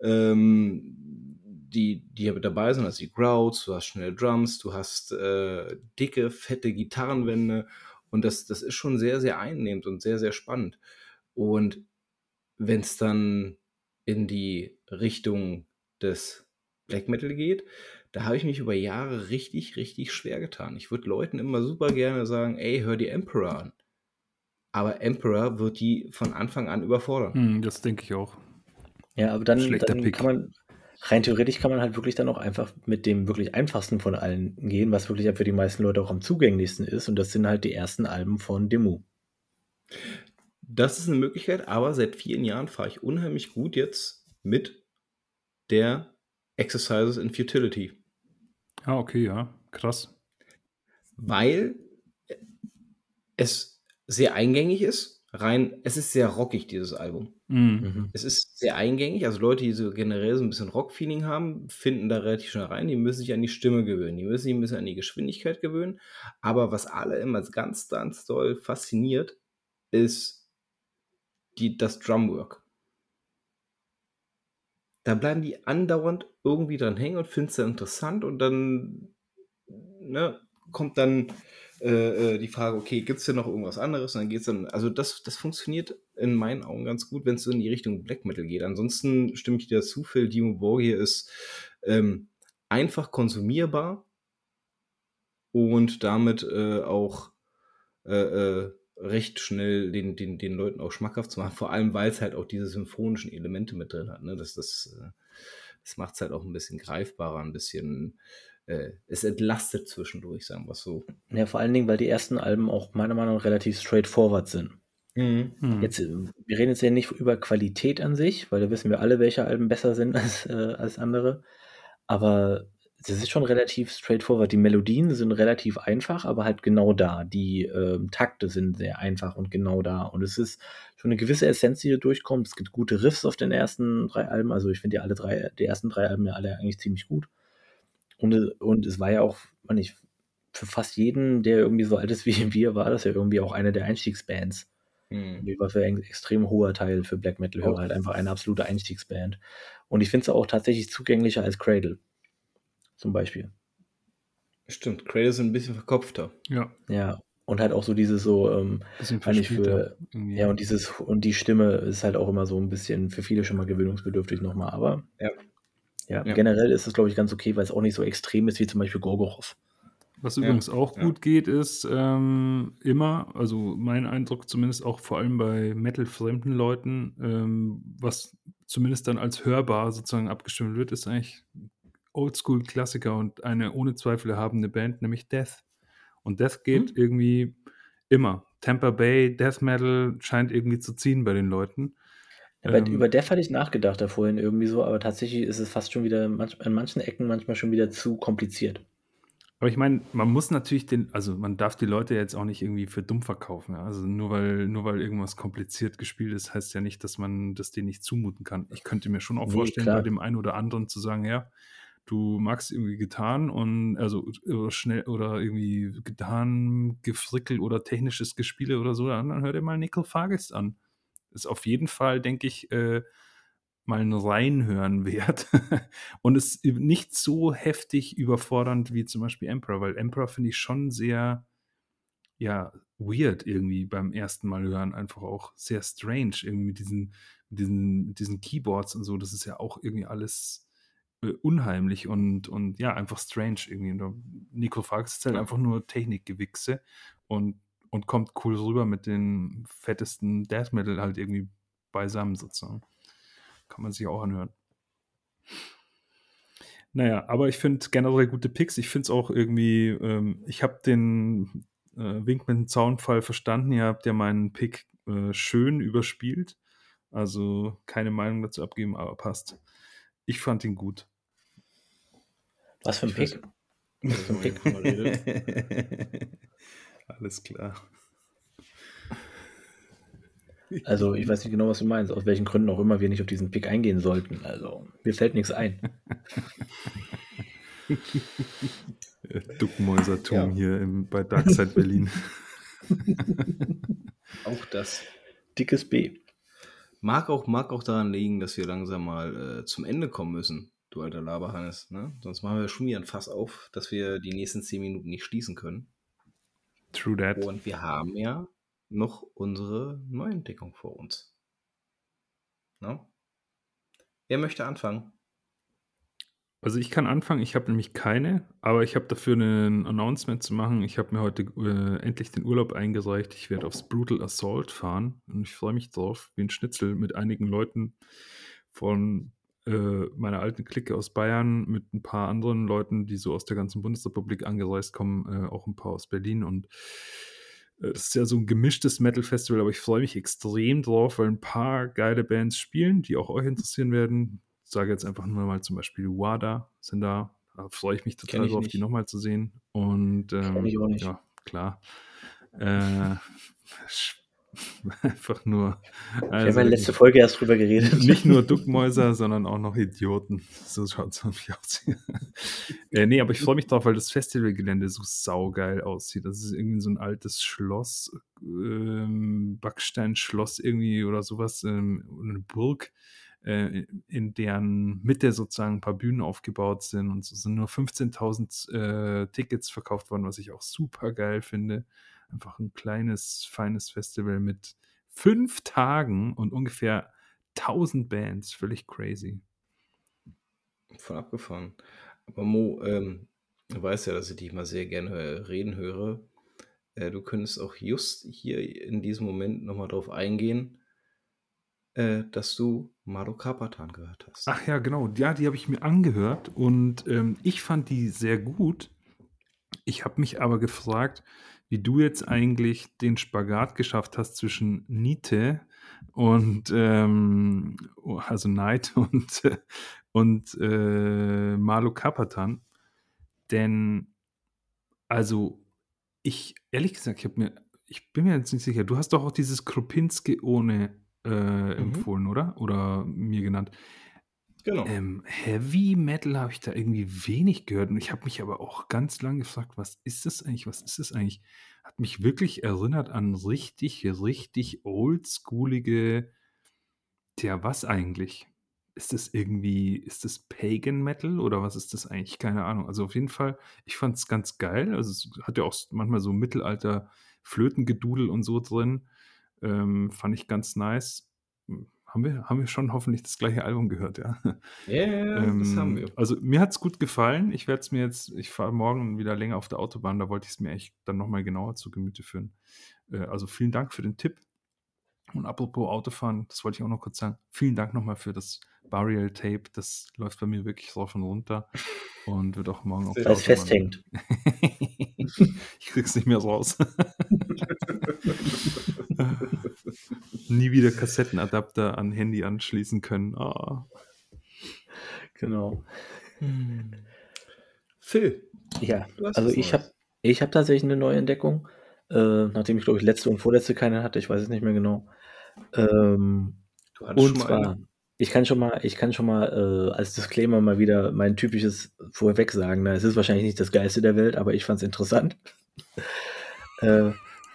die mit dabei sind, also die Growls, du hast schnelle Drums, du hast dicke, fette Gitarrenwände und das ist schon sehr, sehr einnehmend und sehr, sehr spannend. Und wenn es dann in die Richtung des Black Metal geht, da habe ich mich über Jahre richtig, richtig schwer getan. Ich würde Leuten immer super gerne sagen, ey, hör die Emperor an. Aber Emperor wird die von Anfang an überfordern. Das denke ich auch. Ja, aber dann, Schlechter dann kann Pick. man, rein theoretisch kann man halt wirklich dann auch einfach mit dem wirklich einfachsten von allen gehen, was wirklich ja für die meisten Leute auch am zugänglichsten ist. Und das sind halt die ersten Alben von Demo. Das ist eine Möglichkeit, aber seit vielen Jahren fahre ich unheimlich gut jetzt mit der Exercises in Futility. Ah, okay, ja, krass. Weil es sehr eingängig ist. Es ist sehr rockig, dieses Album. Mhm. Es ist sehr eingängig, also Leute, die so generell so ein bisschen Rock-Feeling haben, finden da relativ schnell rein. Die müssen sich an die Stimme gewöhnen, die müssen sich ein bisschen an die Geschwindigkeit gewöhnen. Aber was alle immer ganz, ganz doll fasziniert, ist das Drumwork. Da bleiben die andauernd irgendwie dran hängen und finden es dann interessant und dann, ne, kommt dann die Frage, okay, gibt es denn noch irgendwas anderes? Und dann geht es dann, also das funktioniert in meinen Augen ganz gut, wenn es so in die Richtung Black Metal geht. Ansonsten stimme ich dir zu, Phil, Dimmu Borgir ist einfach konsumierbar und damit auch äh, recht schnell den Leuten auch schmackhaft zu machen, vor allem weil es halt auch diese symphonischen Elemente mit drin hat. Ne? Das macht es halt auch ein bisschen greifbarer, ein bisschen, es entlastet zwischendurch, sagen wir es so. Ja, vor allen Dingen, weil die ersten Alben auch meiner Meinung nach relativ straightforward sind. Hm. Jetzt, wir reden jetzt ja nicht über Qualität an sich, weil da wissen wir alle, welche Alben besser sind als andere. Aber das ist schon relativ straightforward. Die Melodien sind relativ einfach, aber halt genau da. Die Takte sind sehr einfach und genau da. Und es ist schon eine gewisse Essenz, die hier durchkommt. Es gibt gute Riffs auf den ersten 3 Alben. Also ich finde die ersten 3 Alben ja alle eigentlich ziemlich gut. Und es war ja auch, meine ich, für fast jeden, der irgendwie so alt ist wie wir, war das ja irgendwie auch eine der Einstiegsbands. Die war für ein extrem hoher Teil für Black Metal-Hörer halt einfach eine absolute Einstiegsband. Und ich finde es auch tatsächlich zugänglicher als Cradle. Zum Beispiel. Stimmt, Cradle ist ein bisschen verkopfter. Ja, Ja. Und halt auch so dieses so, bisschen eigentlich verspielter. für, irgendwie. ja, und die Stimme ist halt auch immer so ein bisschen für viele schon mal gewöhnungsbedürftig nochmal. Aber Ja. ja, Ja. generell ist es, glaube ich, ganz okay, weil es auch nicht so extrem ist wie zum Beispiel Gorgoroth. Was übrigens auch gut geht, ist immer, also mein Eindruck zumindest auch vor allem bei Metal-fremden Leuten, was zumindest dann als hörbar sozusagen abgestimmt wird, ist eigentlich Oldschool-Klassiker und eine ohne Zweifel erhabene Band, nämlich Death. Und Death geht irgendwie immer. Tampa Bay, Death Metal scheint irgendwie zu ziehen bei den Leuten. Ja, über Death hatte ich nachgedacht da vorhin irgendwie so, aber tatsächlich ist es fast schon wieder an manchen Ecken manchmal schon wieder zu kompliziert. Aber ich meine, man muss natürlich also man darf die Leute jetzt auch nicht irgendwie für dumm verkaufen. Ja? Also nur weil irgendwas kompliziert gespielt ist, heißt ja nicht, dass man das denen nicht zumuten kann. Ich könnte mir schon auch Nee, vorstellen, klar. bei dem einen oder anderen zu sagen, ja, du magst irgendwie Gitarren und also oder schnell oder irgendwie Gitarrengefrickel oder technisches Gespiele oder so, dann hör dir mal Nickel Fargest an. Ist auf jeden Fall, denke ich, mal ein Reinhören wert und ist nicht so heftig überfordernd wie zum Beispiel Emperor, weil Emperor finde ich schon sehr, ja, weird irgendwie beim ersten Mal hören, einfach auch sehr strange irgendwie mit diesen Keyboards und so. Das ist ja auch irgendwie alles unheimlich und ja, einfach strange irgendwie. Und Nico Farks ist halt einfach nur Technikgewichse und kommt cool rüber mit den fettesten Death Metal halt irgendwie beisammen sozusagen. Kann man sich auch anhören. Naja, aber ich finde generell gute Picks. Ich finde es auch irgendwie, ich habe den Wink mit dem Zaunfall verstanden. Ihr habt ja meinen Pick schön überspielt. Also keine Meinung dazu abgeben, aber passt. Ich fand ihn gut. Was für ein Pick? Was für ein Pick? Alles klar. Also, ich weiß nicht genau, was du meinst, aus welchen Gründen auch immer wir nicht auf diesen Pick eingehen sollten. Also, mir fällt nichts ein. Duckmäusertum hier bei Darkside Berlin. Auch das. Dickes B. Mag auch daran liegen, dass wir langsam mal zum Ende kommen müssen, du alter Laberhannes. Ne? Sonst machen wir schon wieder ein Fass auf, dass wir die nächsten 10 Minuten nicht schließen können. True that. Und wir haben ja noch unsere Neuentdeckung vor uns. Ne? Wer möchte anfangen? Also ich kann anfangen, ich habe nämlich keine, aber ich habe dafür ein Announcement zu machen. Ich habe mir heute endlich den Urlaub eingereicht. Ich werde aufs Brutal Assault fahren und ich freue mich drauf, wie ein Schnitzel mit einigen Leuten von meiner alten Clique aus Bayern, mit ein paar anderen Leuten, die so aus der ganzen Bundesrepublik angereist kommen, auch ein paar aus Berlin und das ist ja so ein gemischtes Metal-Festival, aber ich freue mich extrem drauf, weil ein paar geile Bands spielen, die auch euch interessieren werden. Ich sage jetzt einfach nur mal zum Beispiel WADA sind da. Da freue ich mich total drauf, die nochmal zu sehen. Und Kenn ich auch nicht. ja, klar. Einfach nur, Wir haben also ja letzte wirklich Folge erst drüber geredet. nicht nur Duckmäuser, sondern auch noch Idioten. So schaut's nämlich aus. Nee, aber ich freue mich drauf, weil das Festivalgelände so saugeil aussieht. Das ist irgendwie so ein altes Schloss, Backsteinschloss irgendwie oder sowas, eine Burg, in deren Mitte sozusagen ein paar Bühnen aufgebaut sind und es sind nur 15.000 Tickets verkauft worden, was ich auch super geil finde. Einfach ein kleines, feines Festival mit 5 Tagen und ungefähr 1.000 Bands. Völlig crazy. Voll abgefahren. Aber Mo, du weißt ja, dass ich dich mal sehr gerne reden höre. Du könntest auch just hier in diesem Moment nochmal drauf eingehen, dass du Mado Kapatan gehört hast. Ach ja, genau. Ja, die habe ich mir angehört und ich fand die sehr gut. Ich habe mich aber gefragt, wie du jetzt eigentlich den Spagat geschafft hast zwischen Nietzsche und also Neid und Malo Kapatan. Denn, also, ehrlich gesagt, ich bin mir jetzt nicht sicher. Du hast doch auch dieses Kropinski ohne Mhm. empfohlen, oder? Oder mir genannt. Genau. Heavy Metal habe ich da irgendwie wenig gehört und ich habe mich aber auch ganz lang gefragt, was ist das eigentlich? Was ist das eigentlich? Hat mich wirklich erinnert an richtig, richtig oldschoolige, tja, was eigentlich? Ist das Pagan Metal oder was ist das eigentlich? Keine Ahnung. Also auf jeden Fall, ich fand es ganz geil. Also es hat ja auch manchmal so Mittelalter Flötengedudel und so drin. Fand ich ganz nice. Haben wir schon hoffentlich das gleiche Album gehört, ja. Ja, ja, ja, das haben wir. Also mir hat es gut gefallen. Ich fahre morgen wieder länger auf der Autobahn, da wollte ich es mir echt dann nochmal genauer zu Gemüte führen. Also vielen Dank für den Tipp. Und apropos Autofahren, das wollte ich auch noch kurz sagen. Vielen Dank nochmal für das Burial Tape. Das läuft bei mir wirklich rauf und runter und wird auch morgen auf Sehr der Weil es Autobahn. festhängt. Ich krieg's nicht mehr raus. Nie wieder Kassettenadapter an Handy anschließen können. Ah. Genau. Phil, Ja, du hast also was ich Neues. hab tatsächlich eine neue Entdeckung, nachdem ich, glaube ich, letzte und vorletzte keine hatte, ich weiß es nicht mehr genau. Du hattest Und schon mal eine? zwar, ich kann schon mal als Disclaimer mal wieder mein typisches vorweg sagen, ne? Es ist wahrscheinlich nicht das Geilste der Welt, aber ich fand es interessant. Äh,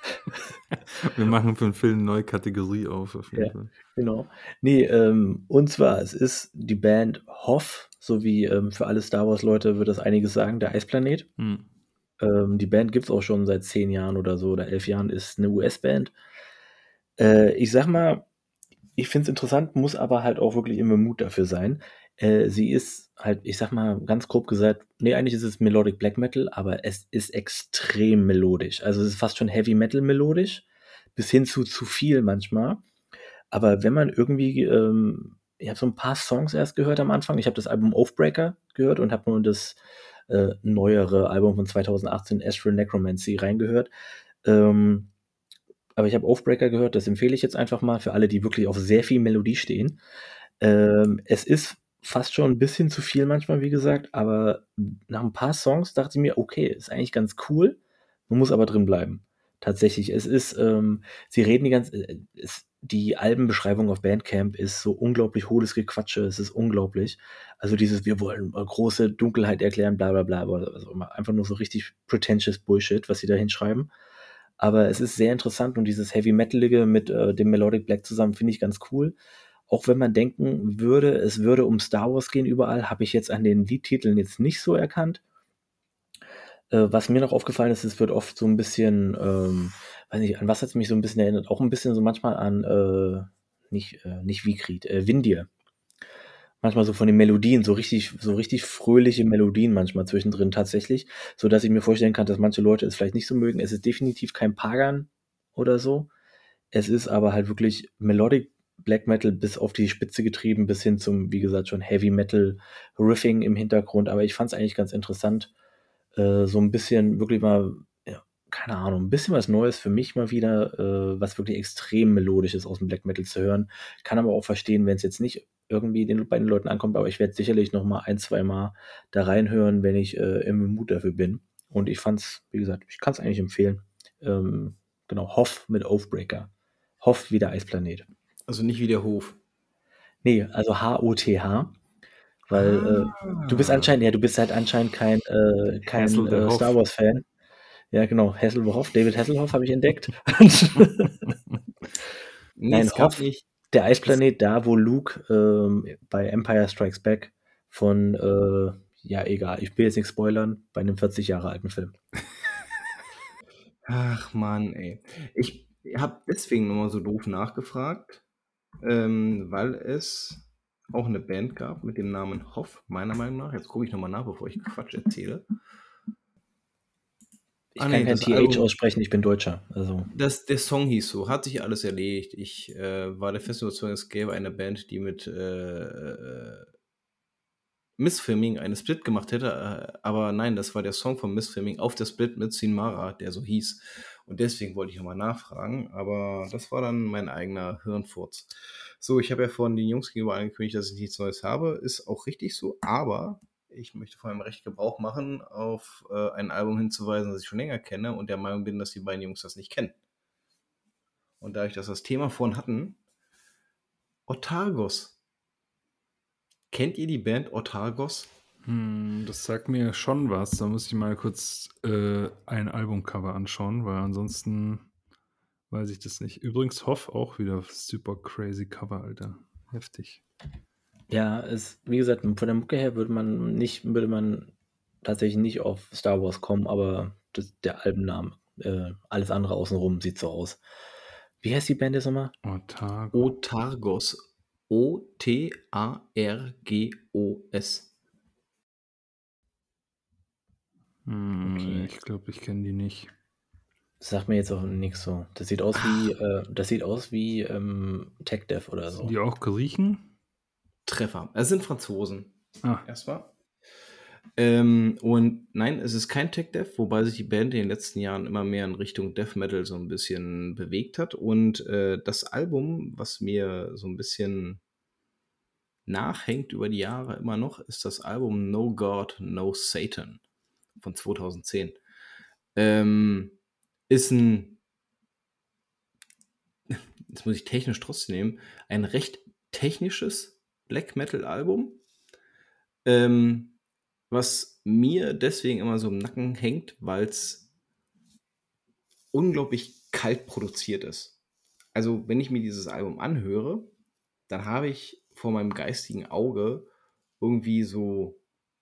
Wir machen für den Film eine neue Kategorie auf jeden ja, Fall. genau. Nee, und zwar, es ist die Band Hoff, so wie für alle Star Wars-Leute wird das einiges sagen, der Eisplanet. Hm. Die Band gibt's auch schon seit 10 Jahren oder so oder 11 Jahren, ist eine US-Band. Ich sag mal, ich finde es interessant, muss aber halt auch wirklich immer Mut dafür sein. Sie ist halt, ich sag mal, ganz grob gesagt, nee, eigentlich ist es Melodic Black Metal, aber es ist extrem melodisch. Also es ist fast schon Heavy Metal melodisch, bis hin zu viel manchmal. Aber wenn man irgendwie, ich habe so ein paar Songs erst gehört am Anfang. Ich habe das Album Oathbreaker gehört und habe nur das neuere Album von 2018, Astral Necromancy, reingehört. Ähm, aber ich habe Oathbreaker gehört, das empfehle ich jetzt einfach mal für alle, die wirklich auf sehr viel Melodie stehen. Es ist fast schon ein bisschen zu viel manchmal, wie gesagt, aber nach ein paar Songs dachte ich mir: „Okay, ist eigentlich ganz cool, man muss aber drin bleiben." Tatsächlich, es ist, sie reden die Albenbeschreibung auf Bandcamp ist so unglaublich hohles Gequatsche, es ist unglaublich. Also dieses: „Wir wollen große Dunkelheit erklären, bla bla bla", aber also einfach nur so richtig pretentious Bullshit, was sie da hinschreiben. Aber es ist sehr interessant und dieses Heavy Metalige mit dem Melodic Black zusammen finde ich ganz cool. Auch wenn man denken würde, es würde um Star Wars gehen überall, habe ich jetzt an den Liedtiteln jetzt nicht so erkannt. Was mir noch aufgefallen ist, es wird oft so ein bisschen, weiß nicht, an was hat's mich so ein bisschen erinnert? Auch ein bisschen so manchmal an, nicht Wiegrid, Windir. Manchmal so von den Melodien, so richtig fröhliche Melodien manchmal zwischendrin tatsächlich, so dass ich mir vorstellen kann, dass manche Leute es vielleicht nicht so mögen. Es ist definitiv kein Pagan oder so. Es ist aber halt wirklich Melodic Black Metal bis auf die Spitze getrieben, bis hin zum, wie gesagt, schon Heavy Metal Riffing im Hintergrund. Aber ich fand es eigentlich ganz interessant, so ein bisschen wirklich mal, ja, keine Ahnung, ein bisschen was Neues für mich mal wieder, was wirklich extrem melodisch ist aus dem Black Metal zu hören. Kann aber auch verstehen, wenn es jetzt nicht irgendwie bei den Leuten ankommt, aber ich werde sicherlich noch mal ein, zwei Mal da reinhören, wenn ich im Mut dafür bin. Und ich fand's, wie gesagt, ich kann es eigentlich empfehlen. Genau, Hoff mit Oathbreaker. Hoff wie der Eisplanet. Also nicht wie der Hof. Nee, also H-O-T-H, weil du bist halt anscheinend kein Hassel der Hoff. Star Wars-Fan. Ja, genau, Hasselhoff, David Hasselhoff habe ich entdeckt. Nee, Nein, es gab Hoff, nicht. der Eisplanet, da wo Luke bei Empire Strikes Back von, ja egal, ich will jetzt nicht spoilern, bei einem 40 Jahre alten Film. Ach Mann, ey. Ich habe deswegen nochmal so doof nachgefragt, weil es auch eine Band gab mit dem Namen Hoff, meiner Meinung nach. Jetzt gucke ich nochmal nach, bevor ich Quatsch erzähle. Ich kann kein das TH Album, aussprechen, ich bin Deutscher. Also, der Song hieß so, hat sich alles erledigt. Ich war der festen Überzeugung, es gäbe eine Band, die mit Missfilming eine Split gemacht hätte, aber nein, das war der Song von Missfilming auf der Split mit Sinmara, der so hieß. Und deswegen wollte ich nochmal nachfragen, aber das war dann mein eigener Hirnfurz. So, ich habe ja vorhin den Jungs gegenüber angekündigt, dass ich nichts Neues habe. Ist auch richtig so, aber ich möchte vor allem recht Gebrauch machen, auf ein Album hinzuweisen, das ich schon länger kenne und der Meinung bin, dass die beiden Jungs das nicht kennen. Und da ich das Thema vorhin hatten, Otargos. Kennt ihr die Band Otargos? Das sagt mir schon was. Da muss ich mal kurz ein Albumcover anschauen, weil ansonsten weiß ich das nicht. Übrigens Hoff auch wieder super crazy Cover, Alter. Heftig. ja, wie gesagt, von der Mucke her würde man tatsächlich nicht auf Star Wars kommen, aber der Albenname, alles andere außenrum sieht so aus. Wie heißt die Band jetzt nochmal? Otago. Otargos. O-T-A-R-G-O-S. Okay. Ich glaube, ich kenne die nicht. Das sagt mir jetzt auch nichts so. Das sieht aus wie Tech Dev oder so. Sind die auch Griechen? Treffer. Es sind Franzosen. Ah, Erstmal. Und nein, es ist kein Tech Death, wobei sich die Band in den letzten Jahren immer mehr in Richtung Death Metal so ein bisschen bewegt hat. Und das Album, was mir so ein bisschen nachhängt über die Jahre immer noch, ist das Album No God, No Satan von 2010. Ist ein, jetzt muss ich technisch trotzdem nehmen, ein recht technisches Black Metal Album, was mir deswegen immer so im Nacken hängt, weil es unglaublich kalt produziert ist. Also wenn ich mir dieses Album anhöre, dann habe ich vor meinem geistigen Auge irgendwie so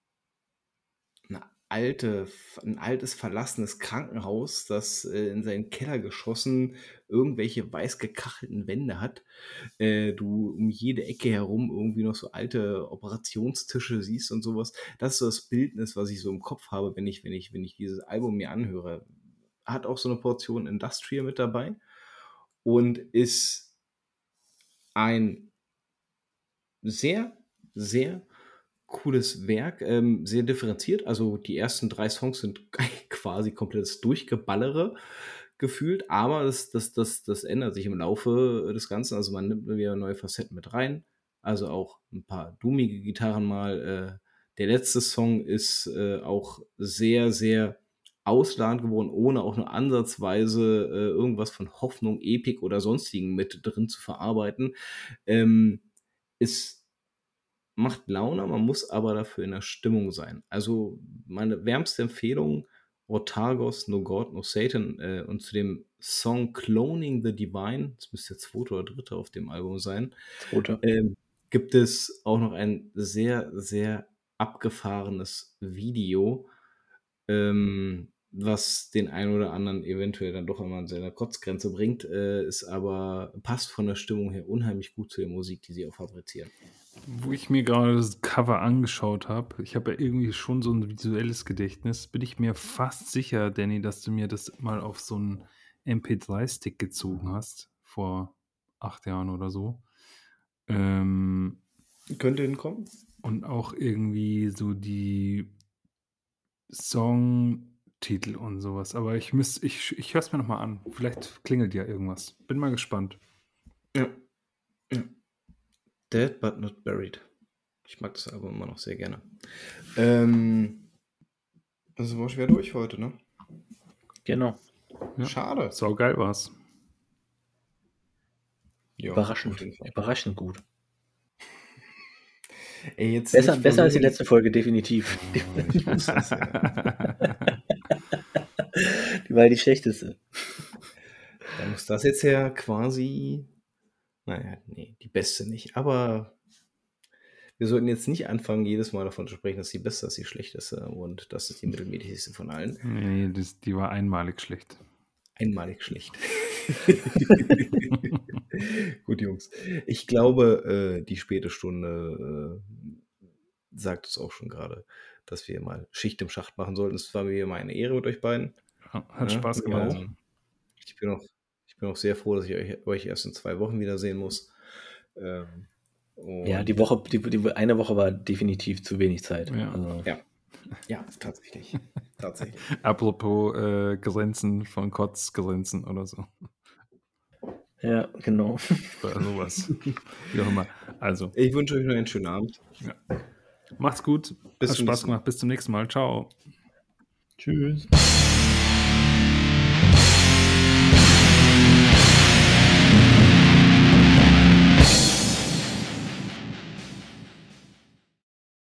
ein altes verlassenes Krankenhaus, das in seinen Keller geschossen irgendwelche weiß gekachelten Wände hat. Du um jede Ecke herum irgendwie noch so alte Operationstische siehst und sowas. Das ist so das Bildnis, was ich so im Kopf habe, wenn ich dieses Album mir anhöre. Hat auch so eine Portion Industrial mit dabei und ist ein sehr, sehr cooles Werk, sehr differenziert. Also die ersten 3 Songs sind quasi komplettes Durchgeballere gefühlt, aber das ändert sich im Laufe des Ganzen. Also man nimmt wieder neue Facetten mit rein, also auch ein paar dummige Gitarren mal. Der letzte Song ist auch sehr, sehr ausladend geworden, ohne auch nur ansatzweise irgendwas von Hoffnung, Epik oder sonstigen mit drin zu verarbeiten. Ist macht Laune, man muss aber dafür in der Stimmung sein. Also meine wärmste Empfehlung, Otargos, No God, No Satan und zu dem Song Cloning the Divine, das müsste der zweite oder dritte auf dem Album sein, Zweite. gibt es auch noch ein sehr, sehr abgefahrenes Video, was den einen oder anderen eventuell dann doch immer an seine Kotzgrenze bringt, ist aber passt von der Stimmung her unheimlich gut zu der Musik, die sie auch fabrizieren. wo ich mir gerade das Cover angeschaut habe, ich habe ja irgendwie schon so ein visuelles Gedächtnis, bin ich mir fast sicher, Danny, dass du mir das mal auf so einen MP3-Stick gezogen hast, vor 8 Jahren oder so. Könnte hinkommen. Und auch irgendwie so die Songtitel und sowas. Aber ich höre es mir nochmal an. Vielleicht klingelt ja irgendwas. Bin mal gespannt. Ja. Ja. Dead but not buried. Ich mag das Album immer noch sehr gerne. Das war schwer durch heute, ne? Genau. Ja. Schade. Sau geil war's. Ja, Überraschend, auf jeden Fall. überraschend gut. Ey, jetzt Besser, nicht besser als die versuchen- letzte Folge, definitiv. Oh, ich wusste es, ja. Die war ja die schlechteste. Da muss das jetzt ja quasi. Naja, nee, die beste nicht. Aber wir sollten jetzt nicht anfangen, jedes Mal davon zu sprechen, dass die beste ist, die schlechteste und das ist die mittelmäßigste von allen. Nee, die war einmalig schlecht. Einmalig schlecht. Gut, Jungs. Ich glaube, die späte Stunde sagt es auch schon gerade, dass wir mal Schicht im Schacht machen sollten. Es war mir mal eine Ehre mit euch beiden. Hat Spaß gemacht. Ich bin auch sehr froh, dass ich euch erst in 2 Wochen wiedersehen muss. Ja, die eine Woche war definitiv zu wenig Zeit. Ja. Also, Ja, tatsächlich. Tatsächlich. Apropos Grenzen von Kotzgrenzen oder so. ja, genau. Oder sowas. Wie auch immer. Also, Ich wünsche euch noch einen schönen Abend. macht's gut. Bis Hat zum Spaß nächsten Mal. gemacht. Bis zum nächsten Mal. Ciao. Tschüss.